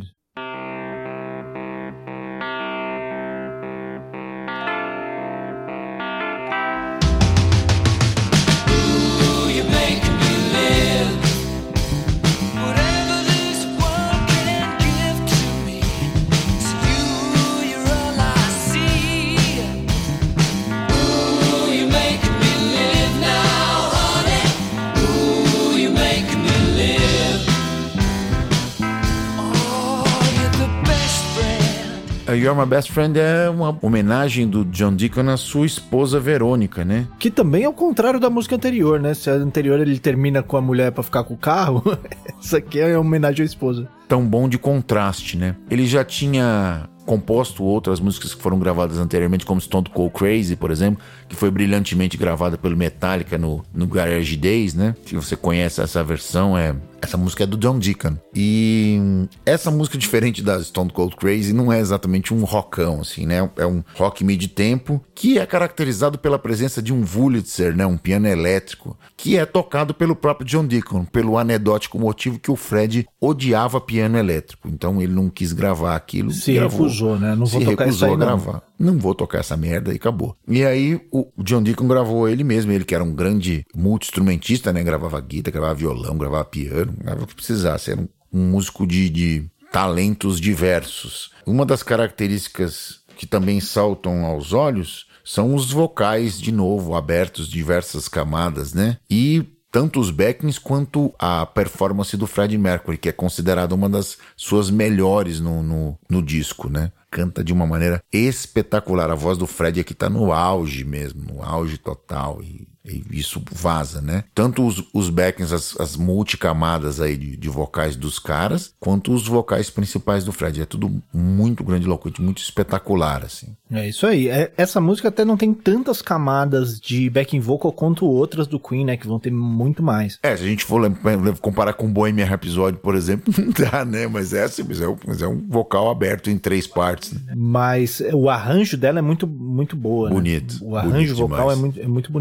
You're My Best Friend é uma homenagem do John Deacon à sua esposa Verônica, né? Que também é o contrário da música anterior, né? Se a anterior ele termina com a mulher pra ficar com o carro, essa aqui é uma homenagem à esposa. Tão bom de contraste, né? Ele já tinha composto outras músicas que foram gravadas anteriormente, como Stone Cold Crazy, por exemplo, que foi brilhantemente gravada pelo Metallica no Garage Days, né? Se você conhece essa versão, essa música é do John Deacon. E essa música, diferente da Stone Cold Crazy, não é exatamente um rockão, assim, né? É um rock mid-tempo que é caracterizado pela presença de um Wurlitzer, né? Um piano elétrico, que é tocado pelo próprio John Deacon, pelo anedótico motivo que o Fred odiava piano elétrico. Então ele não quis gravar aquilo. Recusou, né? Não vou tocar isso aí, a gravar. Não vou tocar essa merda e acabou. E aí o John Deacon gravou ele mesmo, ele que era um grande multi-instrumentista, né? Gravava guitarra, gravava violão, gravava piano, gravava o que precisasse. Era um músico de talentos diversos. Uma das características que também saltam aos olhos são os vocais, de novo, abertos, diversas camadas, né? E tanto os backings quanto a performance do Freddie Mercury, que é considerada uma das suas melhores no disco, né? Canta de uma maneira espetacular. A voz do Fred aqui tá no auge mesmo, no auge total, e isso vaza, né? Tanto os backings, as multicamadas aí de vocais dos caras, quanto os vocais principais do Fred. É tudo muito grandiloquente, muito espetacular, assim. É isso aí. Essa música até não tem tantas camadas de backing vocal quanto outras do Queen, né? Que vão ter muito mais. Se a gente for comparar com Bohemian Rhapsody, por exemplo, não dá, né? Mas é um vocal aberto em 3 partes. Né? Mas o arranjo dela é muito, muito boa. Bonito. Né? O arranjo vocal é muito bonito.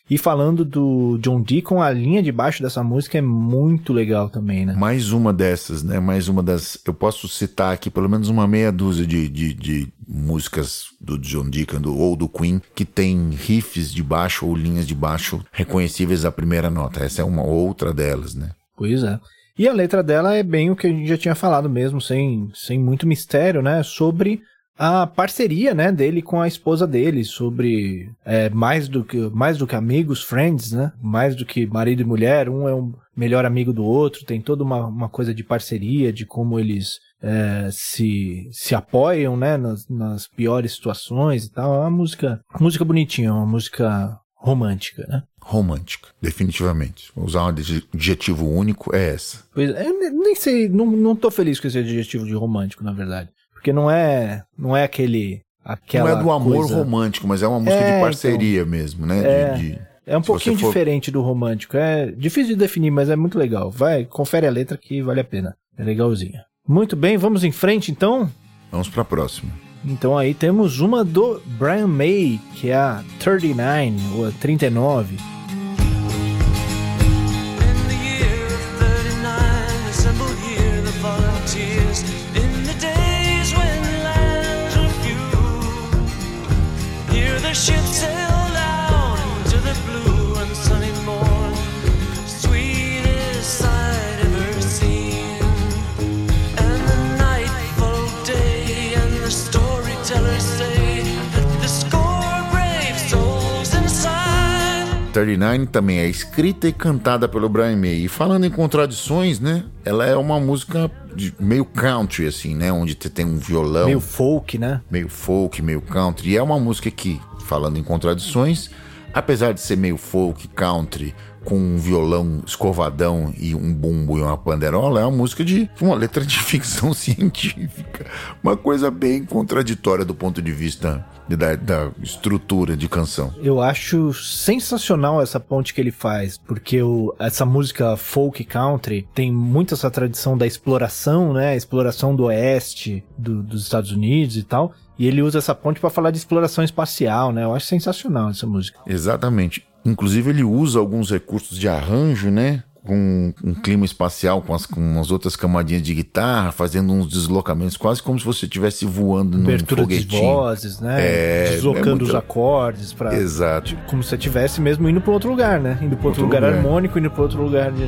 E falando do John Deacon, a linha de baixo dessa música é muito legal também, né? Mais uma dessas, né? Mais uma das... Eu posso citar aqui pelo menos uma meia dúzia de músicas do John Deacon ou do Queen que tem riffs de baixo ou linhas de baixo reconhecíveis à primeira nota. Essa é uma outra delas, né? Pois é. E a letra dela é bem o que a gente já tinha falado mesmo, sem muito mistério, né? Sobre a parceria, né, dele com a esposa dele, sobre mais do que amigos, friends, né, mais do que marido e mulher, um é um melhor amigo do outro, tem toda uma coisa de parceria, de como eles se apoiam, né, nas piores situações e tal. É uma música bonitinha, uma música romântica, né? Romântica, definitivamente. Vou usar um adjetivo único, é essa. Pois é, nem sei, não tô feliz com esse adjetivo de romântico, na verdade. Porque não é aquela não é do amor coisa... romântico, mas é uma música de parceria então, mesmo, né? É um pouquinho diferente do romântico. É difícil de definir, mas é muito legal. Vai, confere a letra que vale a pena. É legalzinha. Muito bem, vamos em frente então? Vamos pra próxima. Então aí temos uma do Brian May, que é a 39, ou a 39. Ship sailed out into the blue and sunny morn, sweetest sight ever seen. And the night followed day, and the storytellers say that the score brave souls inside. 39 também é escrita e cantada pelo Brian May. E falando em contradições, né? Ela é uma música meio country, assim, né? Onde tem um violão. Meio folk, né? Meio folk, meio country. E é uma música que, falando em contradições, apesar de ser meio folk, country, com um violão escovadão e um bumbo e uma panderola, é uma música de uma letra de ficção científica. Uma coisa bem contraditória do ponto de vista da estrutura de canção. Eu acho sensacional essa ponte que ele faz, porque essa música folk country tem muito essa tradição da exploração, né? A exploração do oeste dos Estados Unidos e tal. E ele usa essa ponte para falar de exploração espacial, né? Eu acho sensacional essa música. Exatamente. Inclusive ele usa alguns recursos de arranjo, né? Com um clima espacial, com umas outras camadinhas de guitarra, fazendo uns deslocamentos, quase como se você estivesse voando num foguetinho. Abertura de vozes, né? Deslocando os acordes. Exato. Como se você estivesse mesmo indo para outro lugar, né? Indo para outro lugar harmônico, indo para outro lugar de...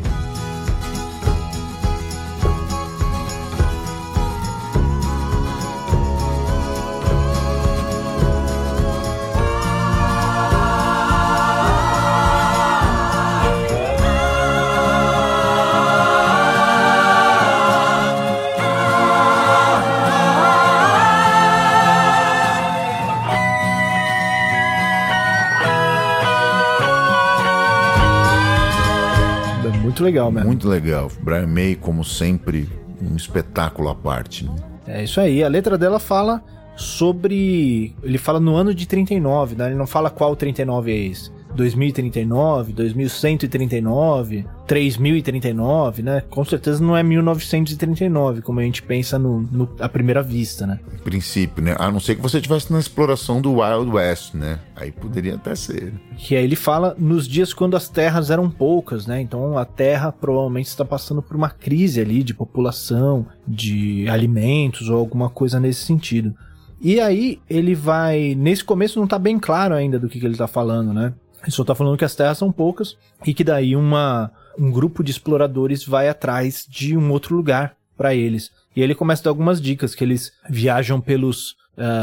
Muito legal mesmo. Muito legal. Brian May, como sempre, um espetáculo à parte. Né? É isso aí. A letra dela fala sobre... Ele fala no ano de 39, né? Ele não fala qual 39 é esse. 2039, 2139, 3039, né? Com certeza não é 1939, como a gente pensa à primeira vista, né? Em princípio, né? A não ser que você estivesse na exploração do Wild West, né? Aí poderia até ser. Que aí ele fala nos dias quando as terras eram poucas, né? Então a terra provavelmente está passando por uma crise ali de população, de alimentos ou alguma coisa nesse sentido. E aí ele vai... Nesse começo não tá bem claro ainda do que ele tá falando, né? Ele só tá falando que as terras são poucas e que daí um grupo de exploradores vai atrás de um outro lugar para eles. E ele começa a dar algumas dicas, que eles viajam pelos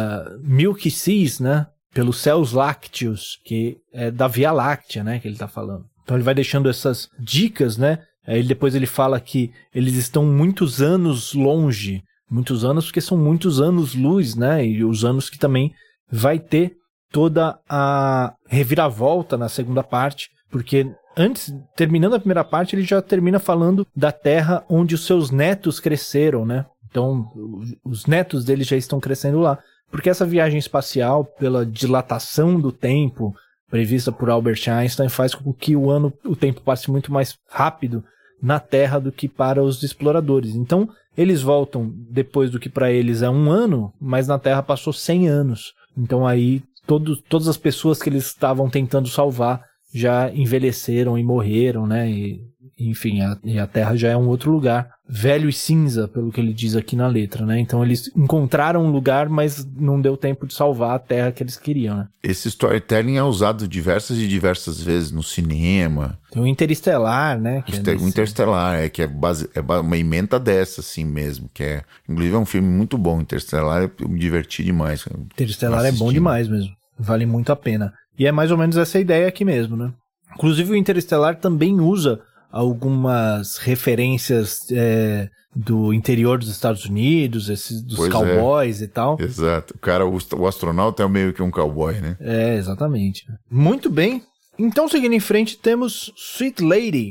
Milky Seas, né? Pelos céus lácteos, que é da Via Láctea, né? Que ele tá falando. Então ele vai deixando essas dicas, né? Aí depois ele fala que eles estão muitos anos longe. Muitos anos porque são muitos anos-luz, né? E os anos que também vai ter toda a reviravolta na segunda parte, porque antes, terminando a primeira parte, ele já termina falando da terra onde os seus netos cresceram, né? Então, os netos deles já estão crescendo lá, porque essa viagem espacial, pela dilatação do tempo prevista por Albert Einstein, faz com que o tempo passe muito mais rápido na Terra do que para os exploradores. Então, eles voltam depois do que para eles é 1 ano, mas na Terra passou 100 anos. Então aí todas as pessoas que eles estavam tentando salvar já envelheceram e morreram, né? E, enfim, a Terra já é um outro lugar, velho e cinza, pelo que ele diz aqui na letra, né? Então eles encontraram um lugar, mas não deu tempo de salvar a Terra que eles queriam, né? Esse storytelling é usado diversas e diversas vezes no cinema. Tem o Interestelar, né? O Interestelar, que é uma emenda dessa, assim mesmo, que é... Inclusive é um filme muito bom, Interestelar, eu me diverti demais. Interestelar é bom demais mesmo, vale muito a pena. E é mais ou menos essa ideia aqui mesmo, né? Inclusive o Interestelar também usa algumas referências do interior dos Estados Unidos, dos cowboys e tal. Exato. O astronauta é meio que um cowboy, né? É, exatamente. Muito bem. Então, seguindo em frente, temos Sweet Lady.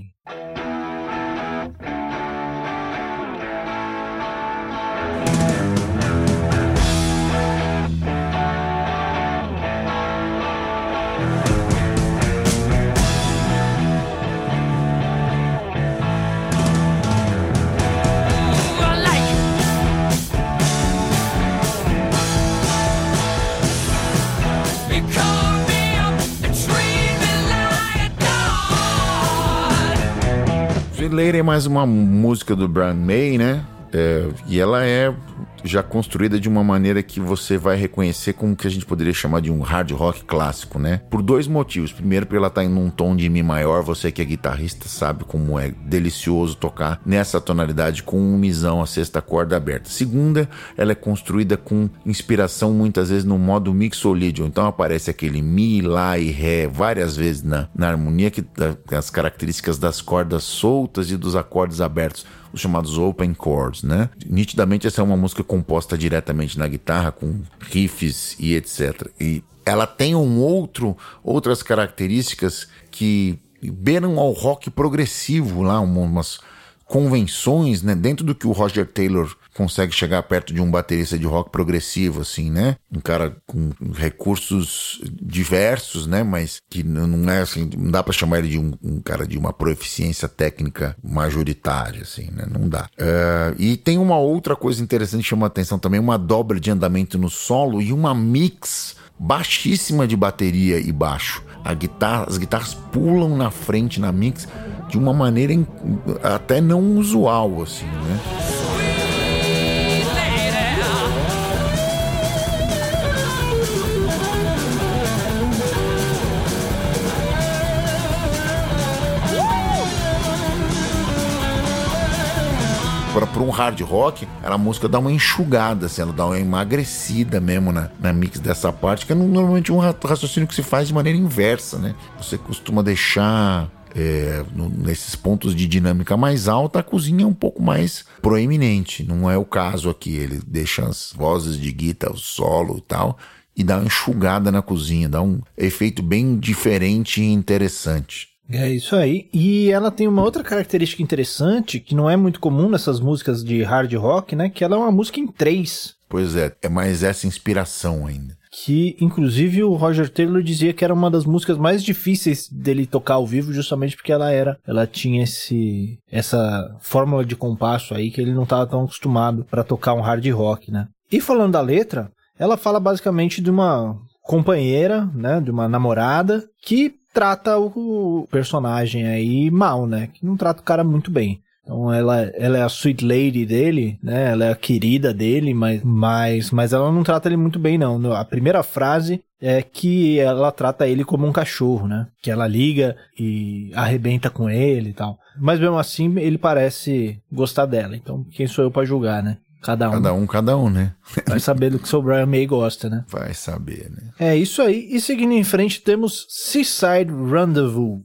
Lady é mais uma música do Brian May, né? E ela é já construída de uma maneira que você vai reconhecer como que a gente poderia chamar de um hard rock clássico, né? Por dois motivos. Primeiro, porque ela tá em um tom de Mi maior, você que é guitarrista sabe como é delicioso tocar nessa tonalidade com um misão, a sexta corda aberta. Segunda, ela é construída com inspiração muitas vezes no modo mixolídio, então aparece aquele Mi, Lá e Ré várias vezes na harmonia, as características das cordas soltas e dos acordes abertos, os chamados open chords, né? Nitidamente essa é uma música composta diretamente na guitarra, com riffs e etc. E ela tem outras características que beiram ao rock progressivo lá, umas convenções, né? Dentro do que o Roger Taylor consegue chegar perto de um baterista de rock progressivo, assim, né? Um cara com recursos diversos, né? Mas que não é assim, não dá pra chamar ele de um cara de uma proficiência técnica majoritária, assim, né? Não dá. E tem uma outra coisa interessante que chama a atenção também, uma dobra de andamento no solo e uma mix baixíssima de bateria e baixo. As guitarras pulam na frente na mix de uma maneira até não usual, assim, né? Para um hard rock, a música dá uma enxugada, assim, ela dá uma emagrecida mesmo na mix dessa parte, que é normalmente um raciocínio que se faz de maneira inversa, né? Você costuma deixar nesses pontos de dinâmica mais alta, a cozinha é um pouco mais proeminente. Não é o caso aqui, ele deixa as vozes de guitarra, o solo e tal, e dá uma enxugada na cozinha, dá um efeito bem diferente e interessante. É isso aí, e ela tem uma outra característica interessante, que não é muito comum nessas músicas de hard rock, né, que ela é uma música em 3. Pois é mais essa inspiração ainda. Que, inclusive, o Roger Taylor dizia que era uma das músicas mais difíceis dele tocar ao vivo, justamente porque ela tinha essa fórmula de compasso aí, que ele não estava tão acostumado para tocar um hard rock, né. E falando da letra, ela fala basicamente de uma companheira, né, de uma namorada, que trata o personagem aí mal, né? Que não trata o cara muito bem. Então ela é a sweet lady dele, né? Ela é a querida dele, mas ela não trata ele muito bem, não. A primeira frase é que ela trata ele como um cachorro, né? Que ela liga e arrebenta com ele e tal. Mas mesmo assim, ele parece gostar dela. Então quem sou eu pra julgar, né? Cada um, né? Vai saber do que o Brian May gosta, né? Vai saber, né? É isso aí. E seguindo em frente, temos Seaside Rendezvous.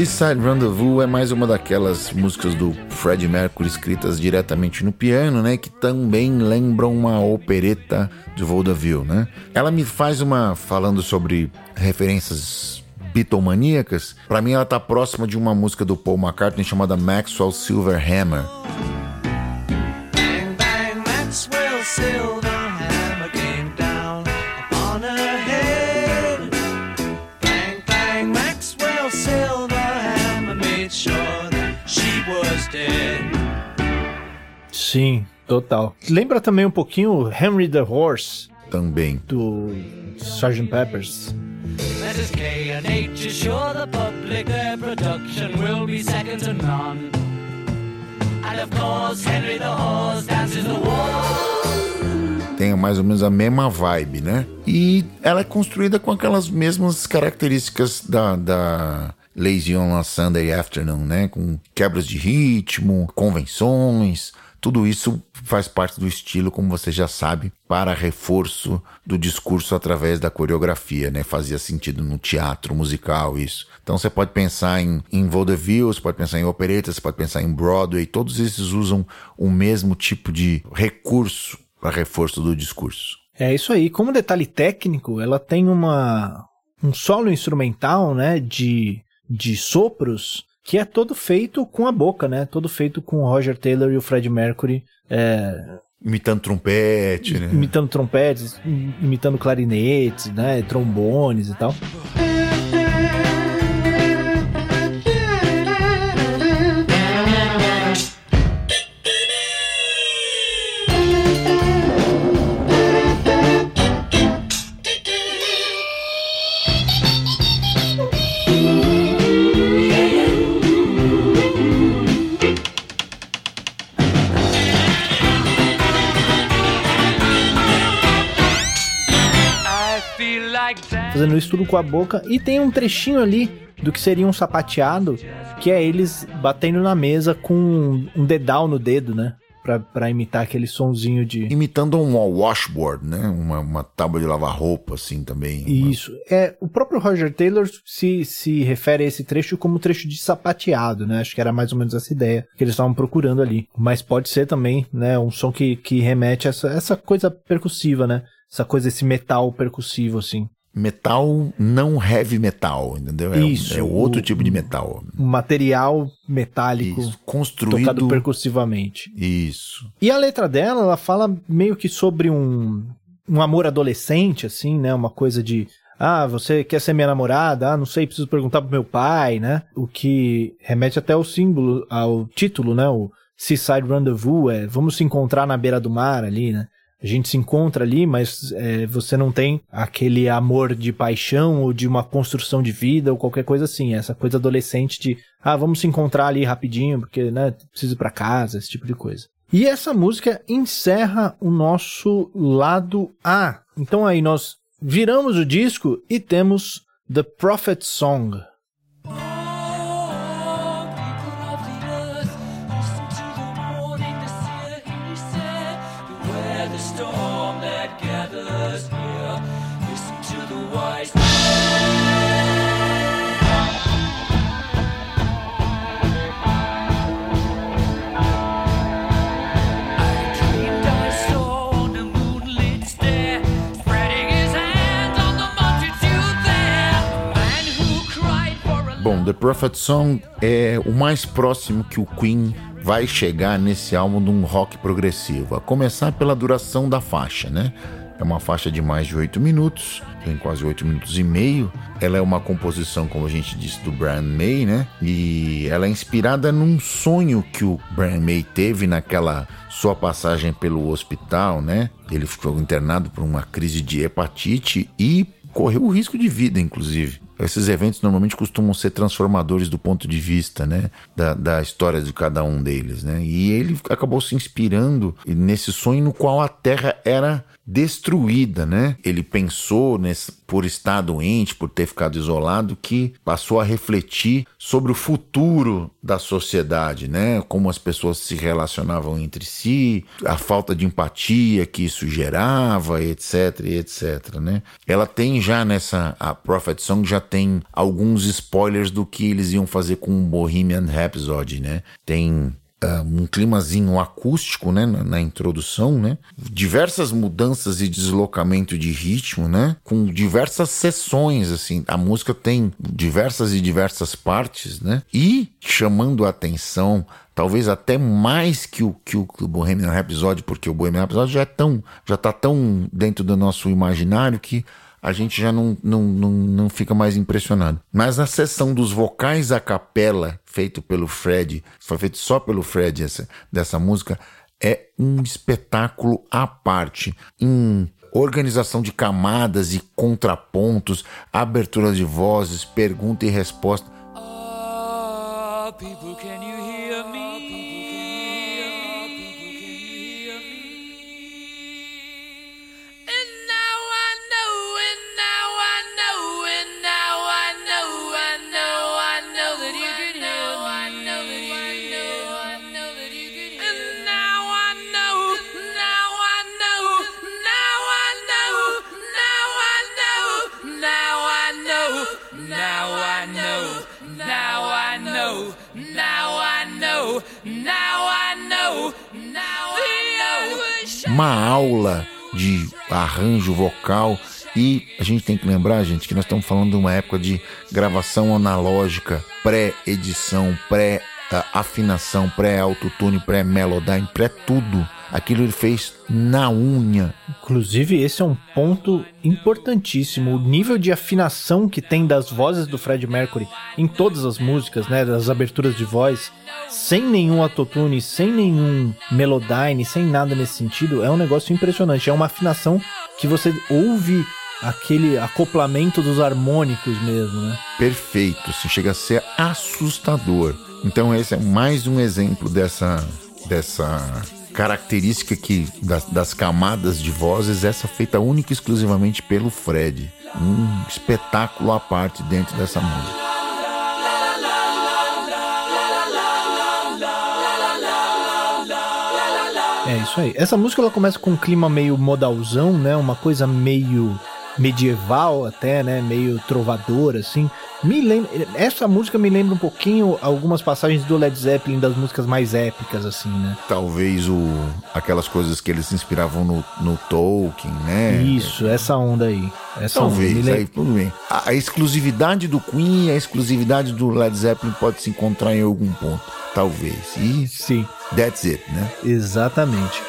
Seaside Rendezvous é mais uma daquelas músicas do Freddie Mercury escritas diretamente no piano, né? Que também lembram uma opereta de vaudeville, né? Ela me faz falando sobre referências bitomaníacas, pra mim ela tá próxima de uma música do Paul McCartney chamada Maxwell Silverhammer. Bang, bang, Maxwell Silverhammer came down upon her head. Bang, bang, Maxwell Silverhammer made sure that she was dead. Sim, total. Lembra também um pouquinho Henry the Horse, Também. do Sgt. Pepper's. Letters K and H assure the public their production will be second to none. And of course, Henry the Horse dances the waltz. Tem mais ou menos a mesma vibe, né? E ela é construída com aquelas mesmas características da Lazy on a Sunday Afternoon, né? Com quebras de ritmo, convenções. Tudo isso faz parte do estilo, como você já sabe, para reforço do discurso através da coreografia, né? Fazia sentido no teatro musical isso. Então você pode pensar em vaudeville, você pode pensar em operetas, você pode pensar em Broadway. Todos esses usam o mesmo tipo de recurso para reforço do discurso. É isso aí. Como detalhe técnico, ela tem um solo instrumental, né, de sopros, que é todo feito com a boca, né? Todo feito com o Roger Taylor e o Freddie Mercury. Imitando trompete, né? Imitando trompetes, imitando clarinetes, né? Trombones e tal. Fazendo isso tudo com a boca. E tem um trechinho ali do que seria um sapateado, que é eles batendo na mesa com um dedal no dedo, né? Pra imitar aquele sonzinho de... Imitando um washboard, né? Uma tábua de lavar roupa, assim, também. Isso. O próprio Roger Taylor se refere a esse trecho como trecho de sapateado, né? Acho que era mais ou menos essa ideia que eles estavam procurando ali. Mas pode ser também, né? Um som que remete a essa coisa percussiva, né? Essa coisa, esse metal percussivo, assim. Metal não heavy metal, entendeu? Isso. É outro tipo de metal. Um material metálico. Isso. Construído... Tocado percussivamente. Isso. E a letra dela, ela fala meio que sobre um amor adolescente, assim, né? Uma coisa de... você quer ser minha namorada? Não sei, preciso perguntar pro meu pai, né? O que remete até ao símbolo, ao título, né? O Seaside Rendezvous, vamos se encontrar na beira do mar ali, né? A gente se encontra ali, mas você não tem aquele amor de paixão ou de uma construção de vida ou qualquer coisa assim. Essa coisa adolescente de, vamos se encontrar ali rapidinho porque, né, preciso ir pra casa, esse tipo de coisa. E essa música encerra o nosso lado A. Então aí nós viramos o disco e temos The Prophet Song. Bom, The Prophet Song é o mais próximo que o Queen vai chegar nesse álbum de um rock progressivo, a começar pela duração da faixa, né? É uma faixa de mais de 8 minutos, tem quase 8 minutos e meio. Ela é uma composição, como a gente disse, do Brian May, né? E ela é inspirada num sonho que o Brian May teve naquela sua passagem pelo hospital, né? Ele ficou internado por uma crise de hepatite e correu o risco de vida, inclusive. Esses eventos normalmente costumam ser transformadores do ponto de vista, né, da história de cada um deles, né? E ele acabou se inspirando nesse sonho no qual a Terra era destruída, né? Ele pensou, por estar doente, por ter ficado isolado, que passou a refletir sobre o futuro da sociedade, né? Como as pessoas se relacionavam entre si, a falta de empatia que isso gerava, etc, né? Ela tem já a Prophet Song já tem alguns spoilers do que eles iam fazer com o Bohemian Rhapsody, né? Tem um climazinho acústico, né, na introdução, né? Diversas mudanças e deslocamento de ritmo, né? Com diversas sessões, assim. A música tem diversas partes, né? E chamando a atenção, talvez até mais que o Bohemian Rhapsody, porque o Bohemian Rhapsody já tá tão dentro do nosso imaginário que a gente já não fica mais impressionado. Mas a sessão dos vocais a capela, feito pelo Fred, foi feito só pelo Fred dessa música, é um espetáculo à parte. Em organização de camadas e contrapontos, abertura de vozes, pergunta e resposta. Oh, people, can you hear me? Uma aula de arranjo vocal. E a gente tem que lembrar, gente, que nós estamos falando de uma época de gravação analógica, pré-edição, pré-afinação, pré-autotune, pré-melodyne, pré-tudo. Aquilo ele fez na unha. Inclusive, esse é um ponto importantíssimo. O nível de afinação que tem das vozes do Freddie Mercury em todas as músicas, né? Das aberturas de voz, sem nenhum autotune, sem nenhum melodyne, sem nada nesse sentido, é um negócio impressionante. É uma afinação que você ouve aquele acoplamento dos harmônicos mesmo, né? Perfeito, assim, chega a ser assustador. Então esse é mais um exemplo dessa característica das camadas de vozes, essa feita única e exclusivamente pelo Fred. Um espetáculo à parte dentro dessa música. É isso aí. Essa música ela começa com um clima meio modalzão, né? Uma coisa meio medieval até, né? Meio trovador, assim. Essa música me lembra um pouquinho algumas passagens do Led Zeppelin, das músicas mais épicas, assim, né? Talvez aquelas coisas que eles se inspiravam no Tolkien, né? Isso, essa onda aí. Talvez, aí tudo bem. A exclusividade do Queen e a exclusividade do Led Zeppelin pode se encontrar em algum ponto. Talvez. E sim, that's it, né? Exatamente.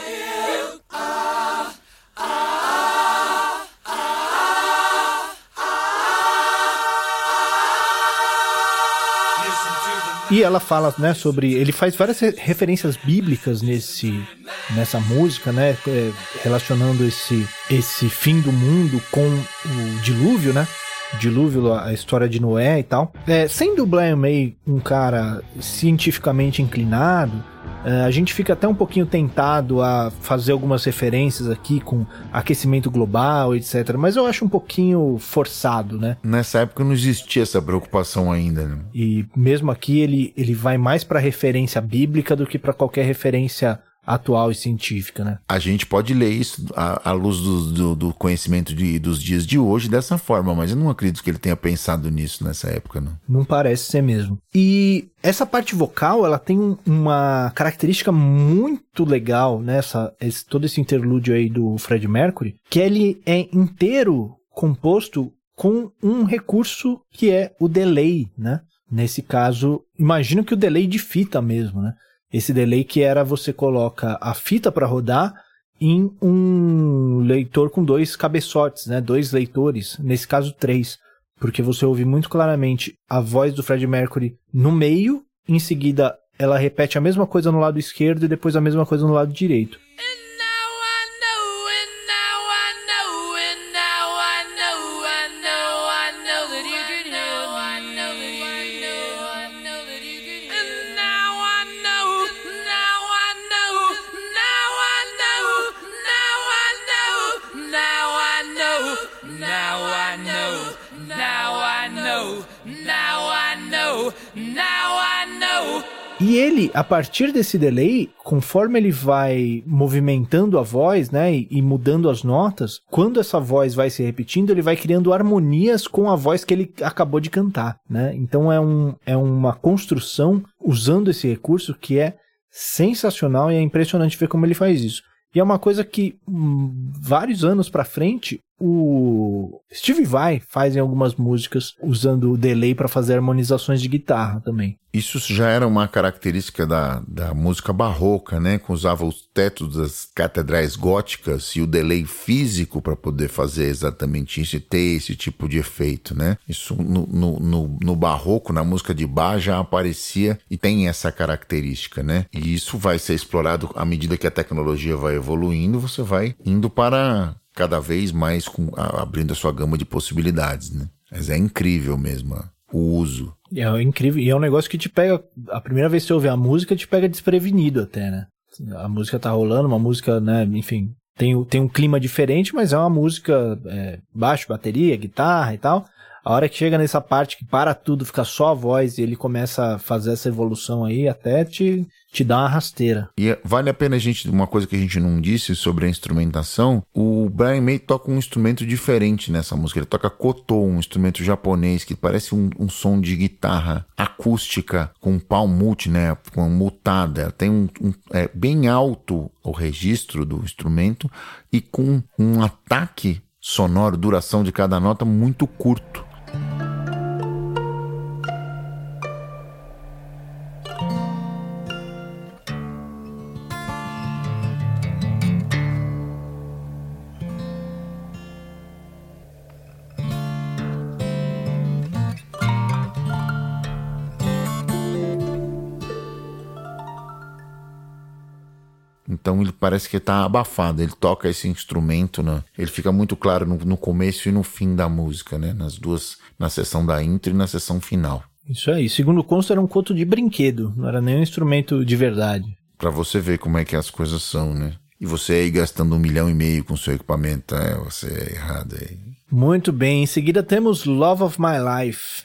E ela fala, né, sobre... Ele faz várias referências bíblicas nessa música, né, relacionando esse fim do mundo com o dilúvio, né? O dilúvio, a história de Noé e tal. Sendo o Brian May um cara cientificamente inclinado, a gente fica até um pouquinho tentado a fazer algumas referências aqui com aquecimento global, etc. Mas eu acho um pouquinho forçado, né? Nessa época não existia essa preocupação ainda, né? E mesmo aqui ele vai mais para referência bíblica do que para qualquer referência atual e científica, né? A gente pode ler isso à luz do conhecimento dos dias de hoje dessa forma, mas eu não acredito que ele tenha pensado nisso nessa época, não. Não parece ser mesmo. E essa parte vocal, ela tem uma característica muito legal, né? Todo esse interlúdio aí do Freddie Mercury, que ele é inteiro composto com um recurso que é o delay, né? Nesse caso, imagino que o delay de fita mesmo, né? Esse delay que era você coloca a fita para rodar em um leitor com 2 cabeçotes, né? 2 leitores, nesse caso 3, porque você ouve muito claramente a voz do Freddie Mercury no meio, em seguida ela repete a mesma coisa no lado esquerdo e depois a mesma coisa no lado direito. E ele, a partir desse delay, conforme ele vai movimentando a voz, né, e mudando as notas, quando essa voz vai se repetindo, ele vai criando harmonias com a voz que ele acabou de cantar, né? Então é uma construção usando esse recurso que é sensacional e é impressionante ver como ele faz isso. E é uma coisa que, vários anos pra frente, o Steve Vai faz em algumas músicas usando o delay para fazer harmonizações de guitarra também. Isso já era uma característica da música barroca, né? Que usava os tetos das catedrais góticas e o delay físico para poder fazer exatamente isso e ter esse tipo de efeito, né? Isso no barroco, na música de Bach, já aparecia e tem essa característica, né? E isso vai ser explorado à medida que a tecnologia vai evoluindo, você vai indo para cada vez mais abrindo a sua gama de possibilidades, né? Mas é incrível mesmo o uso. É incrível, e é um negócio que te pega, a primeira vez que você ouve a música, te pega desprevenido até, né? A música tá rolando, uma música, né, enfim, tem um clima diferente, mas é uma música baixo, bateria, guitarra e tal. A hora que chega nessa parte que para tudo, fica só a voz e ele começa a fazer essa evolução aí, até te dá uma rasteira. E vale a pena uma coisa que a gente não disse sobre a instrumentação, o Brian May toca um instrumento diferente nessa música, ele toca koto, um instrumento japonês que parece um som de guitarra acústica com palm mute, né, com mutada, tem é bem alto o registro do instrumento e com um ataque sonoro, duração de cada nota muito curto. Então ele parece que está abafado, ele toca esse instrumento, né? Ele fica muito claro no começo e no fim da música, né? Na sessão da intro e na sessão final. Isso aí, segundo consta, era um koto de brinquedo, não era nem um instrumento de verdade. Pra você ver como é que as coisas são, né? E você aí gastando 1,5 milhão com seu equipamento, você é errado aí. Muito bem, em seguida temos Love of My Life.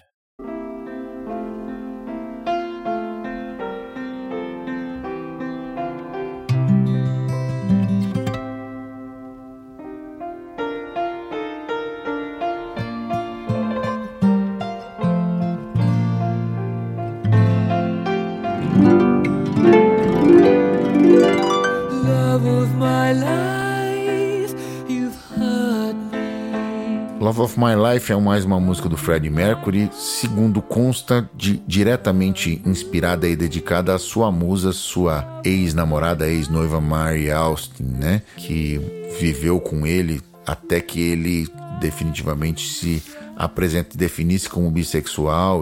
Love of My Life é mais uma música do Freddie Mercury, segundo consta, diretamente inspirada e dedicada à sua musa, sua ex-namorada, ex-noiva Mary Austin, né? Que viveu com ele até que ele definitivamente se definisse como bissexual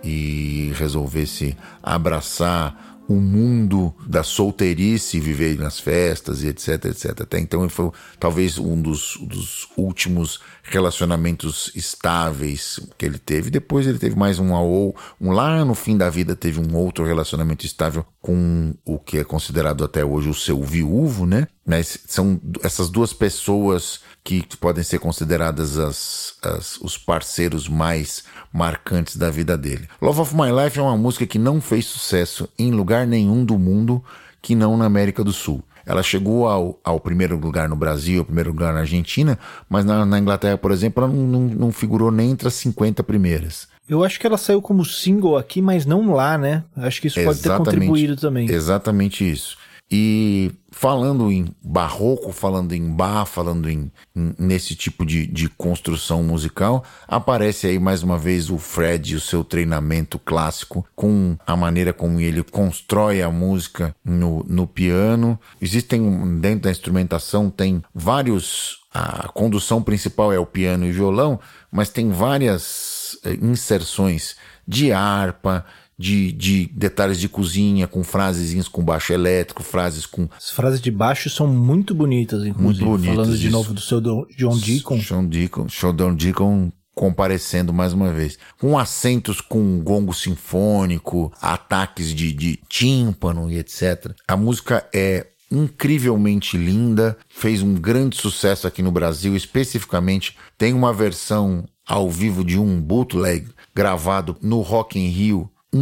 e resolvesse abraçar o mundo da solteirice, viver nas festas e etc, etc. Até então ele foi talvez um dos últimos relacionamentos estáveis que ele teve. Depois ele teve mais lá no fim da vida teve um outro relacionamento estável com o que é considerado até hoje o seu viúvo, né? Mas são essas duas pessoas que podem ser consideradas os parceiros mais marcantes da vida dele. Love of My Life é uma música que não fez sucesso em lugar nenhum do mundo que não na América do Sul. Ela chegou ao primeiro lugar no Brasil, ao primeiro lugar na Argentina, mas na Inglaterra, por exemplo, ela não figurou nem entre as 50 primeiras. Eu acho que ela saiu como single aqui, mas não lá, né? Acho que isso pode ter contribuído também. Exatamente isso. E falando em barroco, falando em Bach, falando nesse tipo de construção musical, aparece aí mais uma vez o Fred e o seu treinamento clássico com a maneira como ele constrói a música no piano. Existem, dentro da instrumentação, tem vários... A condução principal é o piano e violão, mas tem várias inserções de harpa, de detalhes de cozinha, com frasezinhas com baixo elétrico, frases com... As frases de baixo são muito bonitas, inclusive. Muito bonitas, falando de novo do seu John Deacon. John Deacon comparecendo mais uma vez. Com acentos com gongo sinfônico, ataques de tímpano e etc. A música é incrivelmente linda, fez um grande sucesso aqui no Brasil, especificamente tem uma versão ao vivo de um bootleg gravado no Rock in Rio 1,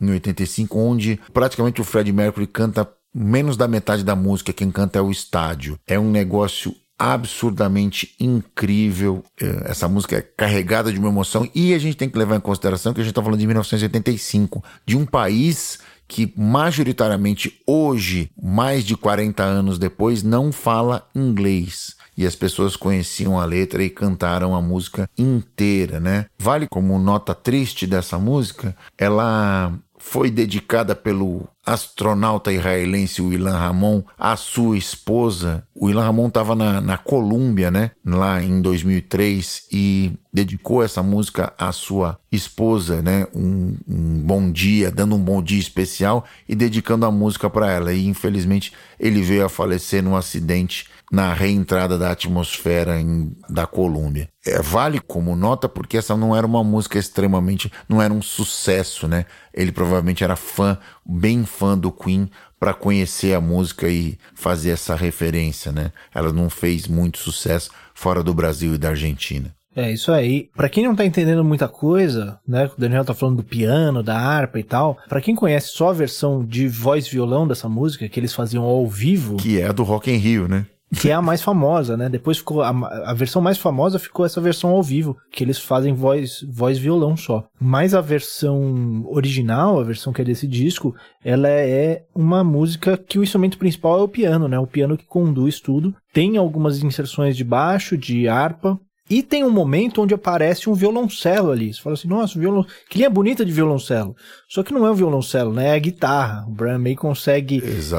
em 85, onde praticamente o Freddie Mercury canta menos da metade da música, quem canta é o estádio. É um negócio absurdamente incrível. Essa música é carregada de uma emoção, e a gente tem que levar em consideração que a gente está falando de 1985, de um país que majoritariamente hoje, mais de 40 anos depois, não fala inglês. E as pessoas conheciam a letra e cantaram a música inteira, né? Vale como nota triste dessa música, ela foi dedicada pelo astronauta israelense Ilan Ramon à sua esposa. O Ilan Ramon estava na Colômbia, né, lá em 2003, e dedicou essa música à sua esposa, né, um bom dia, dando um bom dia especial e dedicando a música para ela. E infelizmente ele veio a falecer num acidente na reentrada da atmosfera da Colômbia. Vale como nota porque essa não era uma música não era um sucesso, né? Ele provavelmente era bem fã do Queen para conhecer a música e fazer essa referência, né? Ela não fez muito sucesso fora do Brasil e da Argentina. É, isso aí. Pra quem não tá entendendo muita coisa, né, o Daniel tá falando do piano, da harpa e tal, pra quem conhece só a versão de voz e violão dessa música, que eles faziam ao vivo... Que é a do Rock in Rio, né? Que é a mais famosa, né? Depois ficou a versão mais famosa ficou essa versão ao vivo, que eles fazem voz e violão só. Mas a versão original, a versão que é desse disco, ela é uma música que o instrumento principal é o piano, né? O piano que conduz tudo. Tem algumas inserções de baixo, de harpa, e tem um momento onde aparece um violoncelo ali. Você fala assim, nossa, que linha bonita de violoncelo. Só que não é um violoncelo, né? É a guitarra. O Brian May consegue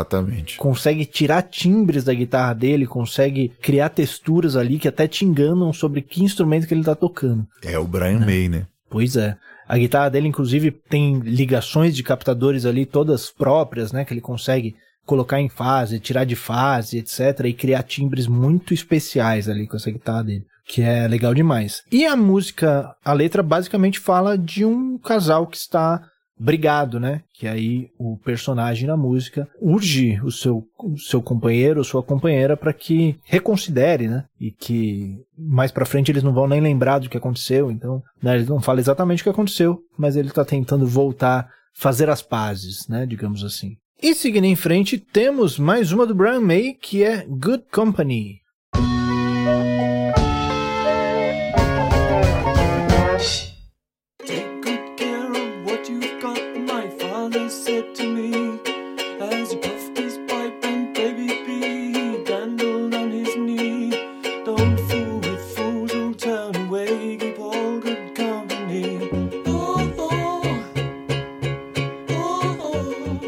tirar timbres da guitarra dele, consegue criar texturas ali que até te enganam sobre que instrumento que ele tá tocando. É o Brian May, né? Pois é. A guitarra dele, inclusive, tem ligações de captadores ali todas próprias, né? Que ele consegue colocar em fase, tirar de fase, etc. E criar timbres muito especiais ali com essa guitarra dele, que é legal demais. E a música, a letra basicamente fala de um casal que está brigado, né? Que aí o personagem na música urge o seu companheiro ou sua companheira para que reconsidere, né? E que mais pra frente eles não vão nem lembrar do que aconteceu, então, né, ele não fala exatamente o que aconteceu, mas ele tá tentando voltar, fazer as pazes, né? Digamos assim. E seguindo em frente, temos mais uma do Brian May, que é Good Company. Take good care of what you've got, my father said to me, as he puffed his pipe and baby he dandled on his knee. Don't fool with fools who'll turn away, keep all good company. Oh, oh, oh, oh.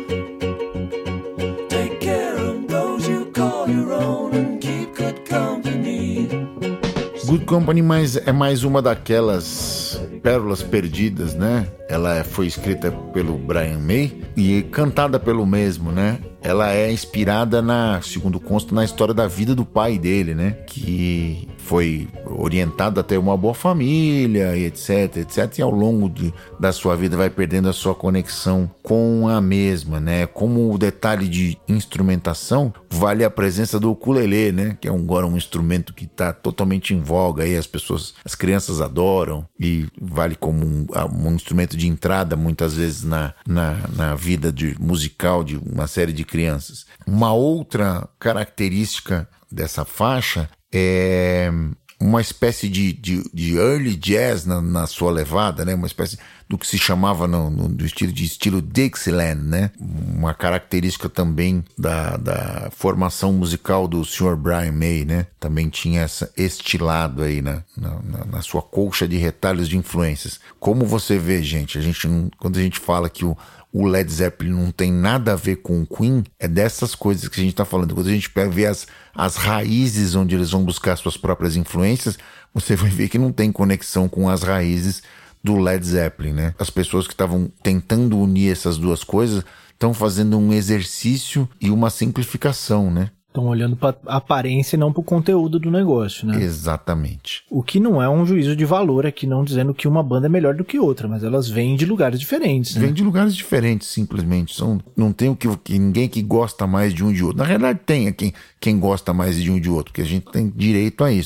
Take care of those you call your own and keep good company. Good Company é mais uma daquelas pérolas perdidas, né? Ela foi escrita pelo Brian May e cantada pelo mesmo, né? Ela é inspirada, segundo consta, na história da vida do pai dele, né? Que foi orientado a ter uma boa família, e etc, etc. E ao longo da sua vida vai perdendo a sua conexão com a mesma, né? Como o detalhe de instrumentação, vale a presença do ukulele, né? Que é agora um instrumento que está totalmente em voga aí, as crianças adoram, e vale como um instrumento de entrada, muitas vezes, na vida musical de uma série de crianças. Uma outra característica dessa faixa é uma espécie de early jazz na sua levada, né? Uma espécie do que se chamava do estilo Dixieland, né? Uma característica também da formação musical do Sr. Brian May, né? Também tinha este lado aí na sua colcha de retalhos de influências. Como você vê, gente, quando a gente fala que o Led Zeppelin não tem nada a ver com o Queen, é dessas coisas que a gente está falando. Quando a gente vê as raízes onde eles vão buscar suas próprias influências, você vai ver que não tem conexão com as raízes do Led Zeppelin, né? As pessoas que estavam tentando unir essas duas coisas estão fazendo um exercício e uma simplificação, né? Estão olhando para a aparência e não para o conteúdo do negócio, né? Exatamente. O que não é um juízo de valor aqui, não dizendo que uma banda é melhor do que outra, mas elas vêm de lugares diferentes, né? Vêm de lugares diferentes, simplesmente. Não tem ninguém que gosta mais de um de outro. Na realidade tem quem gosta mais de um de outro, porque a gente tem direito a isso.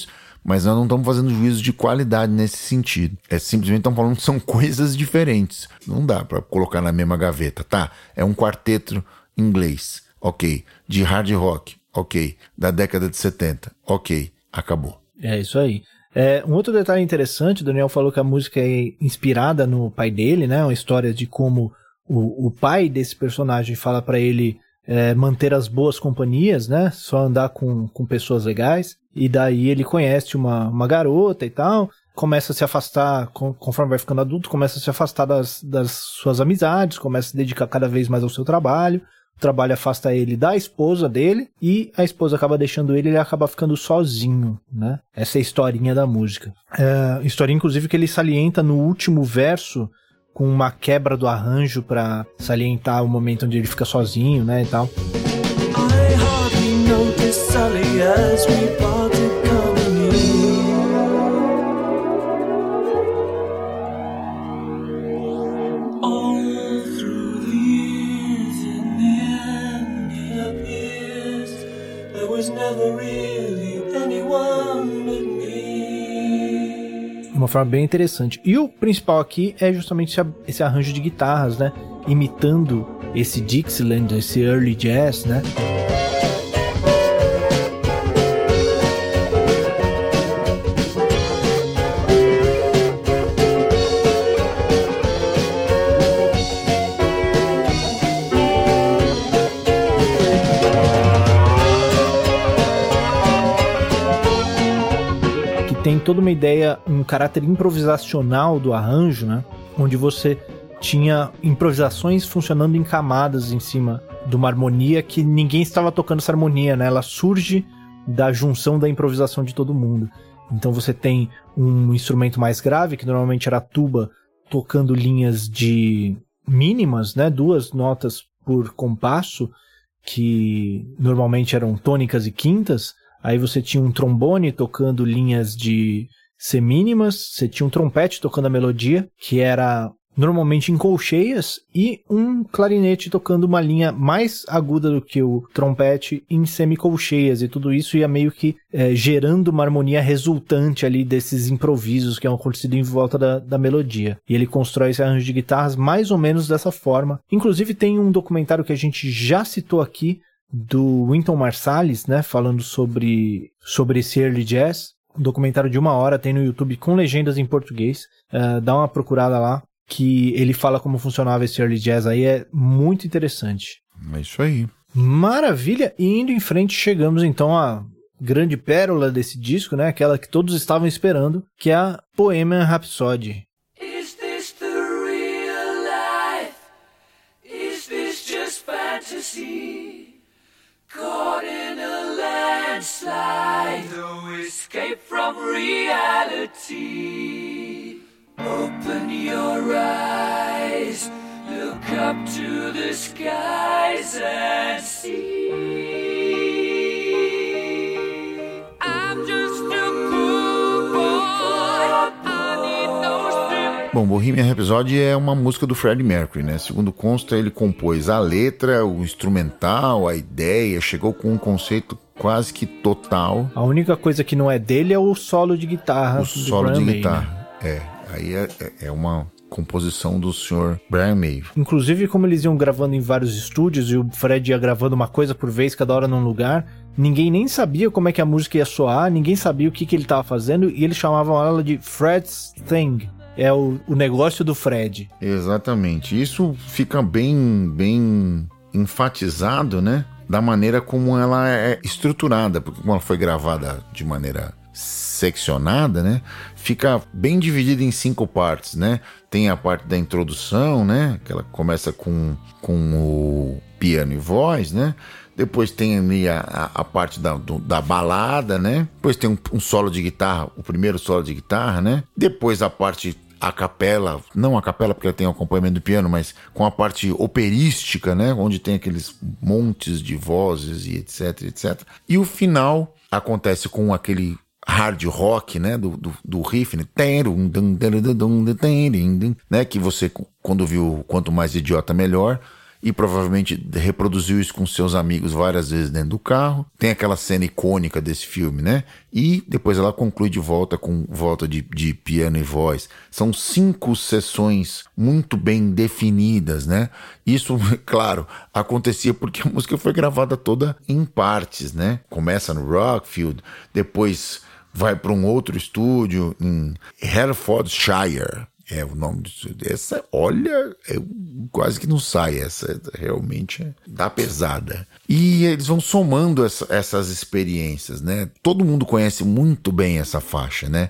mas nós não estamos fazendo juízo de qualidade nesse sentido. Simplesmente estamos falando que são coisas diferentes. Não dá para colocar na mesma gaveta, tá? É um quarteto inglês, ok. De hard rock, ok. Da década de 70, ok. Acabou. É isso aí. Um outro detalhe interessante, o Daniel falou que a música é inspirada no pai dele, né? Uma história de como o pai desse personagem fala para ele manter as boas companhias, né? Só andar com pessoas legais. E daí ele conhece uma garota e tal, começa a se afastar, conforme vai ficando adulto, começa a se afastar das suas amizades, começa a se dedicar cada vez mais ao seu trabalho. O trabalho afasta ele da esposa dele e a esposa acaba deixando ele acaba ficando sozinho, né? Essa é a historinha da música. Historinha, inclusive, que ele salienta no último verso com uma quebra do arranjo para salientar o momento onde ele fica sozinho, né, e tal. I hardly noticed Sally as we parted company. All through the years in the end it appears there was never really anyone but me. Uma forma bem interessante. E o principal aqui é justamente esse arranjo de guitarras, né? Imitando esse Dixieland, esse early jazz, né? Tem toda uma ideia, um caráter improvisacional do arranjo, né? Onde você tinha improvisações funcionando em camadas em cima de uma harmonia que ninguém estava tocando essa harmonia, né? Ela surge da junção da improvisação de todo mundo. Então você tem um instrumento mais grave, que normalmente era a tuba, tocando linhas de mínimas, né? 2 notas por compasso, que normalmente eram tônicas e quintas. Aí você tinha um trombone tocando linhas de semínimas, você tinha um trompete tocando a melodia, que era normalmente em colcheias, e um clarinete tocando uma linha mais aguda do que o trompete em semicolcheias, e tudo isso ia meio que gerando uma harmonia resultante ali desses improvisos que é acontecido em volta da melodia. E ele constrói esse arranjo de guitarras mais ou menos dessa forma. Inclusive tem um documentário que a gente já citou aqui, do Wynton Marsalis, né, falando sobre esse early jazz, um documentário de 1 hora, tem no YouTube com legendas em português, dá uma procurada lá, que ele fala como funcionava esse early jazz aí, é muito interessante. É isso aí. Maravilha, e indo em frente chegamos então à grande pérola desse disco, né, aquela que todos estavam esperando, que é a Bohemian Rhapsody. Is this the real life? Is this just fantasy? Caught in a landslide, no escape from reality. Open your eyes, look up to the skies and see. I'm just a poor boy, I need no sympathy. Bom, Bohemian Rhapsody é uma música do Freddie Mercury, né? Segundo consta, ele compôs a letra, o instrumental, a ideia, chegou com um conceito quase que total. A única coisa que não é dele é o solo de guitarra. O solo de guitarra, aí é uma composição do Sr. Brian May. Inclusive, como eles iam gravando em vários estúdios e o Fred ia gravando uma coisa por vez, cada hora num lugar, ninguém nem sabia como é que a música ia soar, ninguém sabia o que ele estava fazendo, e eles chamavam ela de Fred's Thing. É o negócio do Fred. Exatamente. Isso fica bem enfatizado, né? Da maneira como ela é estruturada, porque como ela foi gravada de maneira seccionada, né? Fica bem dividida em 5 partes, né? Tem a parte da introdução, né? Que ela começa com o piano e voz, né? Depois tem ali a parte da balada, né? Depois tem um solo de guitarra, o primeiro solo de guitarra, né? Depois a parte a capela, não a capela porque ela tem o acompanhamento do piano, mas com a parte operística, né? Onde tem aqueles montes de vozes e etc, etc. E o final acontece com aquele hard rock, né? Do riff, né? Que você, quando viu Quanto Mais Idiota Melhor, e provavelmente reproduziu isso com seus amigos várias vezes dentro do carro. Tem aquela cena icônica desse filme, né? E depois ela conclui de volta com volta de piano e voz. São 5 sessões muito bem definidas, né? Isso, claro, acontecia porque a música foi gravada toda em partes, né? Começa no Rockfield, depois vai para um outro estúdio em Herefordshire. É o nome disso. Essa, olha, quase que não sai. Essa realmente dá pesada. E eles vão somando essas experiências, né? Todo mundo conhece muito bem essa faixa, né?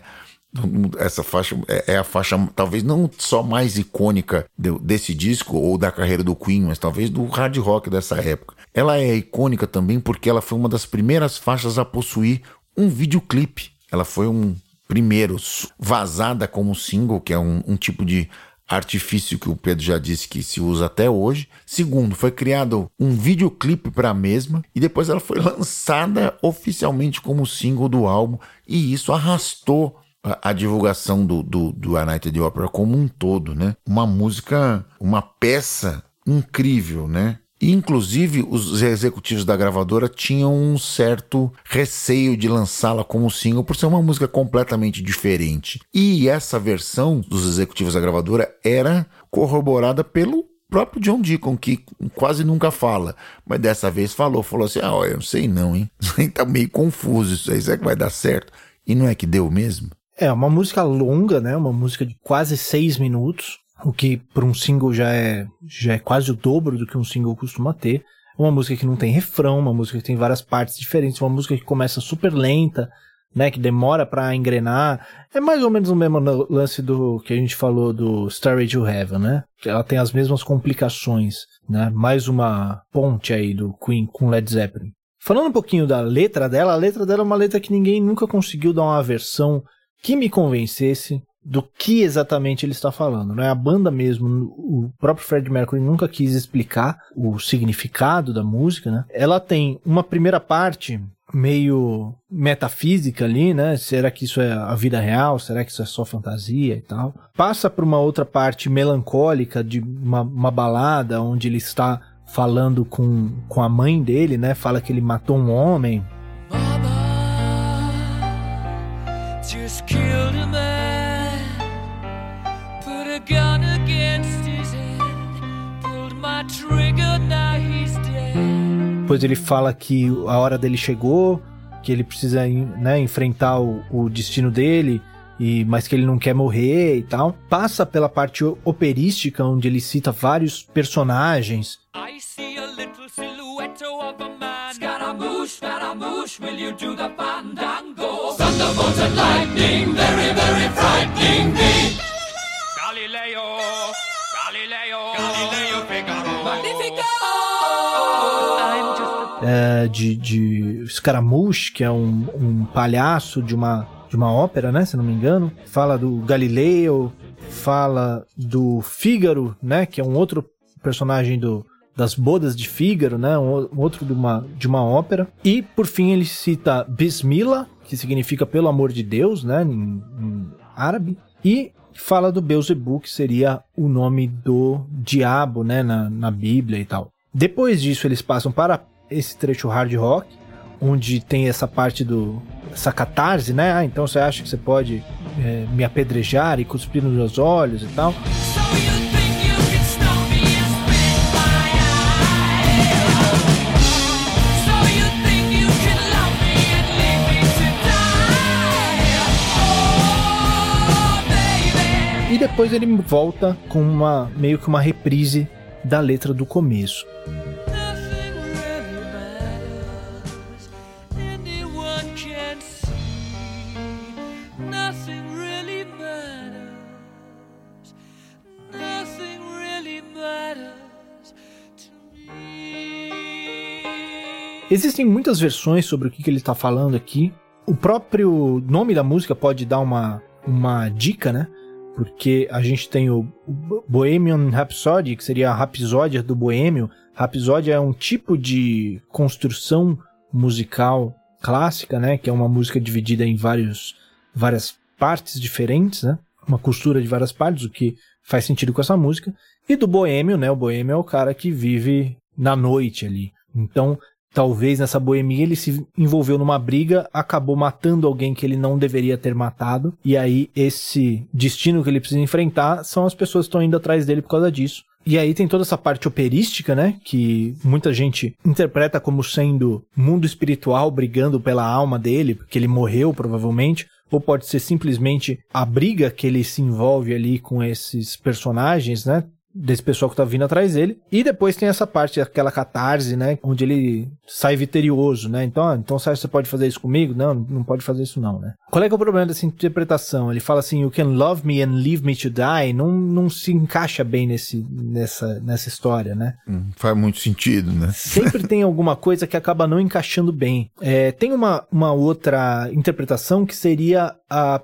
Essa faixa é a faixa talvez não só mais icônica desse disco ou da carreira do Queen, mas talvez do hard rock dessa época. Ela é icônica também porque ela foi uma das primeiras faixas a possuir um videoclipe. Ela foi primeiro vazada como single, que é um tipo de artifício que o Pedro já disse que se usa até hoje. Segundo, foi criado um videoclipe para a mesma e depois ela foi lançada oficialmente como single do álbum, e isso arrastou a divulgação do A Night at the Opera como um todo, né? Uma música, uma peça incrível, né? E, inclusive, os executivos da gravadora tinham um certo receio de lançá-la como single por ser uma música completamente diferente. E essa versão dos executivos da gravadora era corroborada pelo próprio John Deacon, que quase nunca fala, mas dessa vez falou assim, eu não sei não, hein? Tá meio confuso isso aí, será que vai dar certo? E não é que deu mesmo? É uma música longa, né? Uma música de quase 6 minutos. O que para um single já é quase o dobro do que um single costuma ter. Uma música que não tem refrão, uma música que tem várias partes diferentes, uma música que começa super lenta, né, que demora para engrenar. É mais ou menos o mesmo lance do que a gente falou do Stairway to Heaven, né? Que ela tem as mesmas complicações, né? Mais uma ponte aí do Queen com Led Zeppelin. Falando um pouquinho da letra dela, a letra dela é uma letra que ninguém nunca conseguiu dar uma versão que me convencesse do que exatamente ele está falando, né? A banda mesmo, o próprio Freddie Mercury nunca quis explicar o significado da música, né? Ela tem uma primeira parte meio metafísica ali, né? Será que isso é a vida real? Será que isso é só fantasia e tal? Passa por uma outra parte melancólica de uma balada onde ele está falando com a mãe dele, né? Fala que ele matou um homem. Mama just killed a man. Gun against his head, pulled my trigger, now he's dead. Depois ele fala que a hora dele chegou, que ele precisa, né, enfrentar o destino dele, mas que ele não quer morrer e tal. Passa pela parte operística, onde ele cita vários personagens. I see a little silhouette of a man. Scaramouche, will you do the fandango? Thunderbolts and lightning, very, very frightening me. Galileo, Figaro. Magnifico! De Scaramouche, que é um palhaço de uma ópera, né, se não me engano. Fala do Galileu, fala do Fígaro, né, que é um outro personagem das bodas de Fígaro, né, um outro de uma ópera. E, por fim, ele cita Bismillah, que significa pelo amor de Deus, né, em árabe. E fala do Beelzebub, que seria o nome do diabo, né, na Bíblia e tal. Depois disso, eles passam para esse trecho hard rock, onde tem essa parte essa catarse, né? Então você acha que você pode me apedrejar e cuspir nos meus olhos e tal. E depois ele volta com meio que uma reprise da letra do começo. Existem muitas versões sobre o que ele está falando aqui. O próprio nome da música pode dar uma dica, né? Porque a gente tem o Bohemian Rhapsody, que seria a Rapsódia do Boêmio. Rapsódia é um tipo de construção musical clássica, né? Que é uma música dividida em várias partes diferentes, né? uma costura de várias partes, o que faz sentido com essa música. E do boêmio, né? O boêmio é o cara que vive na noite ali. Então, talvez nessa boemia ele se envolveu numa briga, acabou matando alguém que ele não deveria ter matado, e aí esse destino que ele precisa enfrentar são as pessoas que estão indo atrás dele por causa disso. E aí tem toda essa parte operística, né, que muita gente interpreta como sendo mundo espiritual brigando pela alma dele, porque ele morreu provavelmente, ou pode ser simplesmente a briga que ele se envolve ali com esses personagens, né, desse pessoal que tá vindo atrás dele. E depois tem essa parte, aquela catarse, né, onde ele sai vitorioso, né, então você pode fazer isso comigo? Não pode fazer isso não, né. Qual é que é o problema dessa interpretação? Ele fala assim, you can love me and leave me to die, não se encaixa bem nessa história, né. Faz muito sentido, né. Sempre tem alguma coisa que acaba não encaixando bem. Tem uma outra interpretação que seria a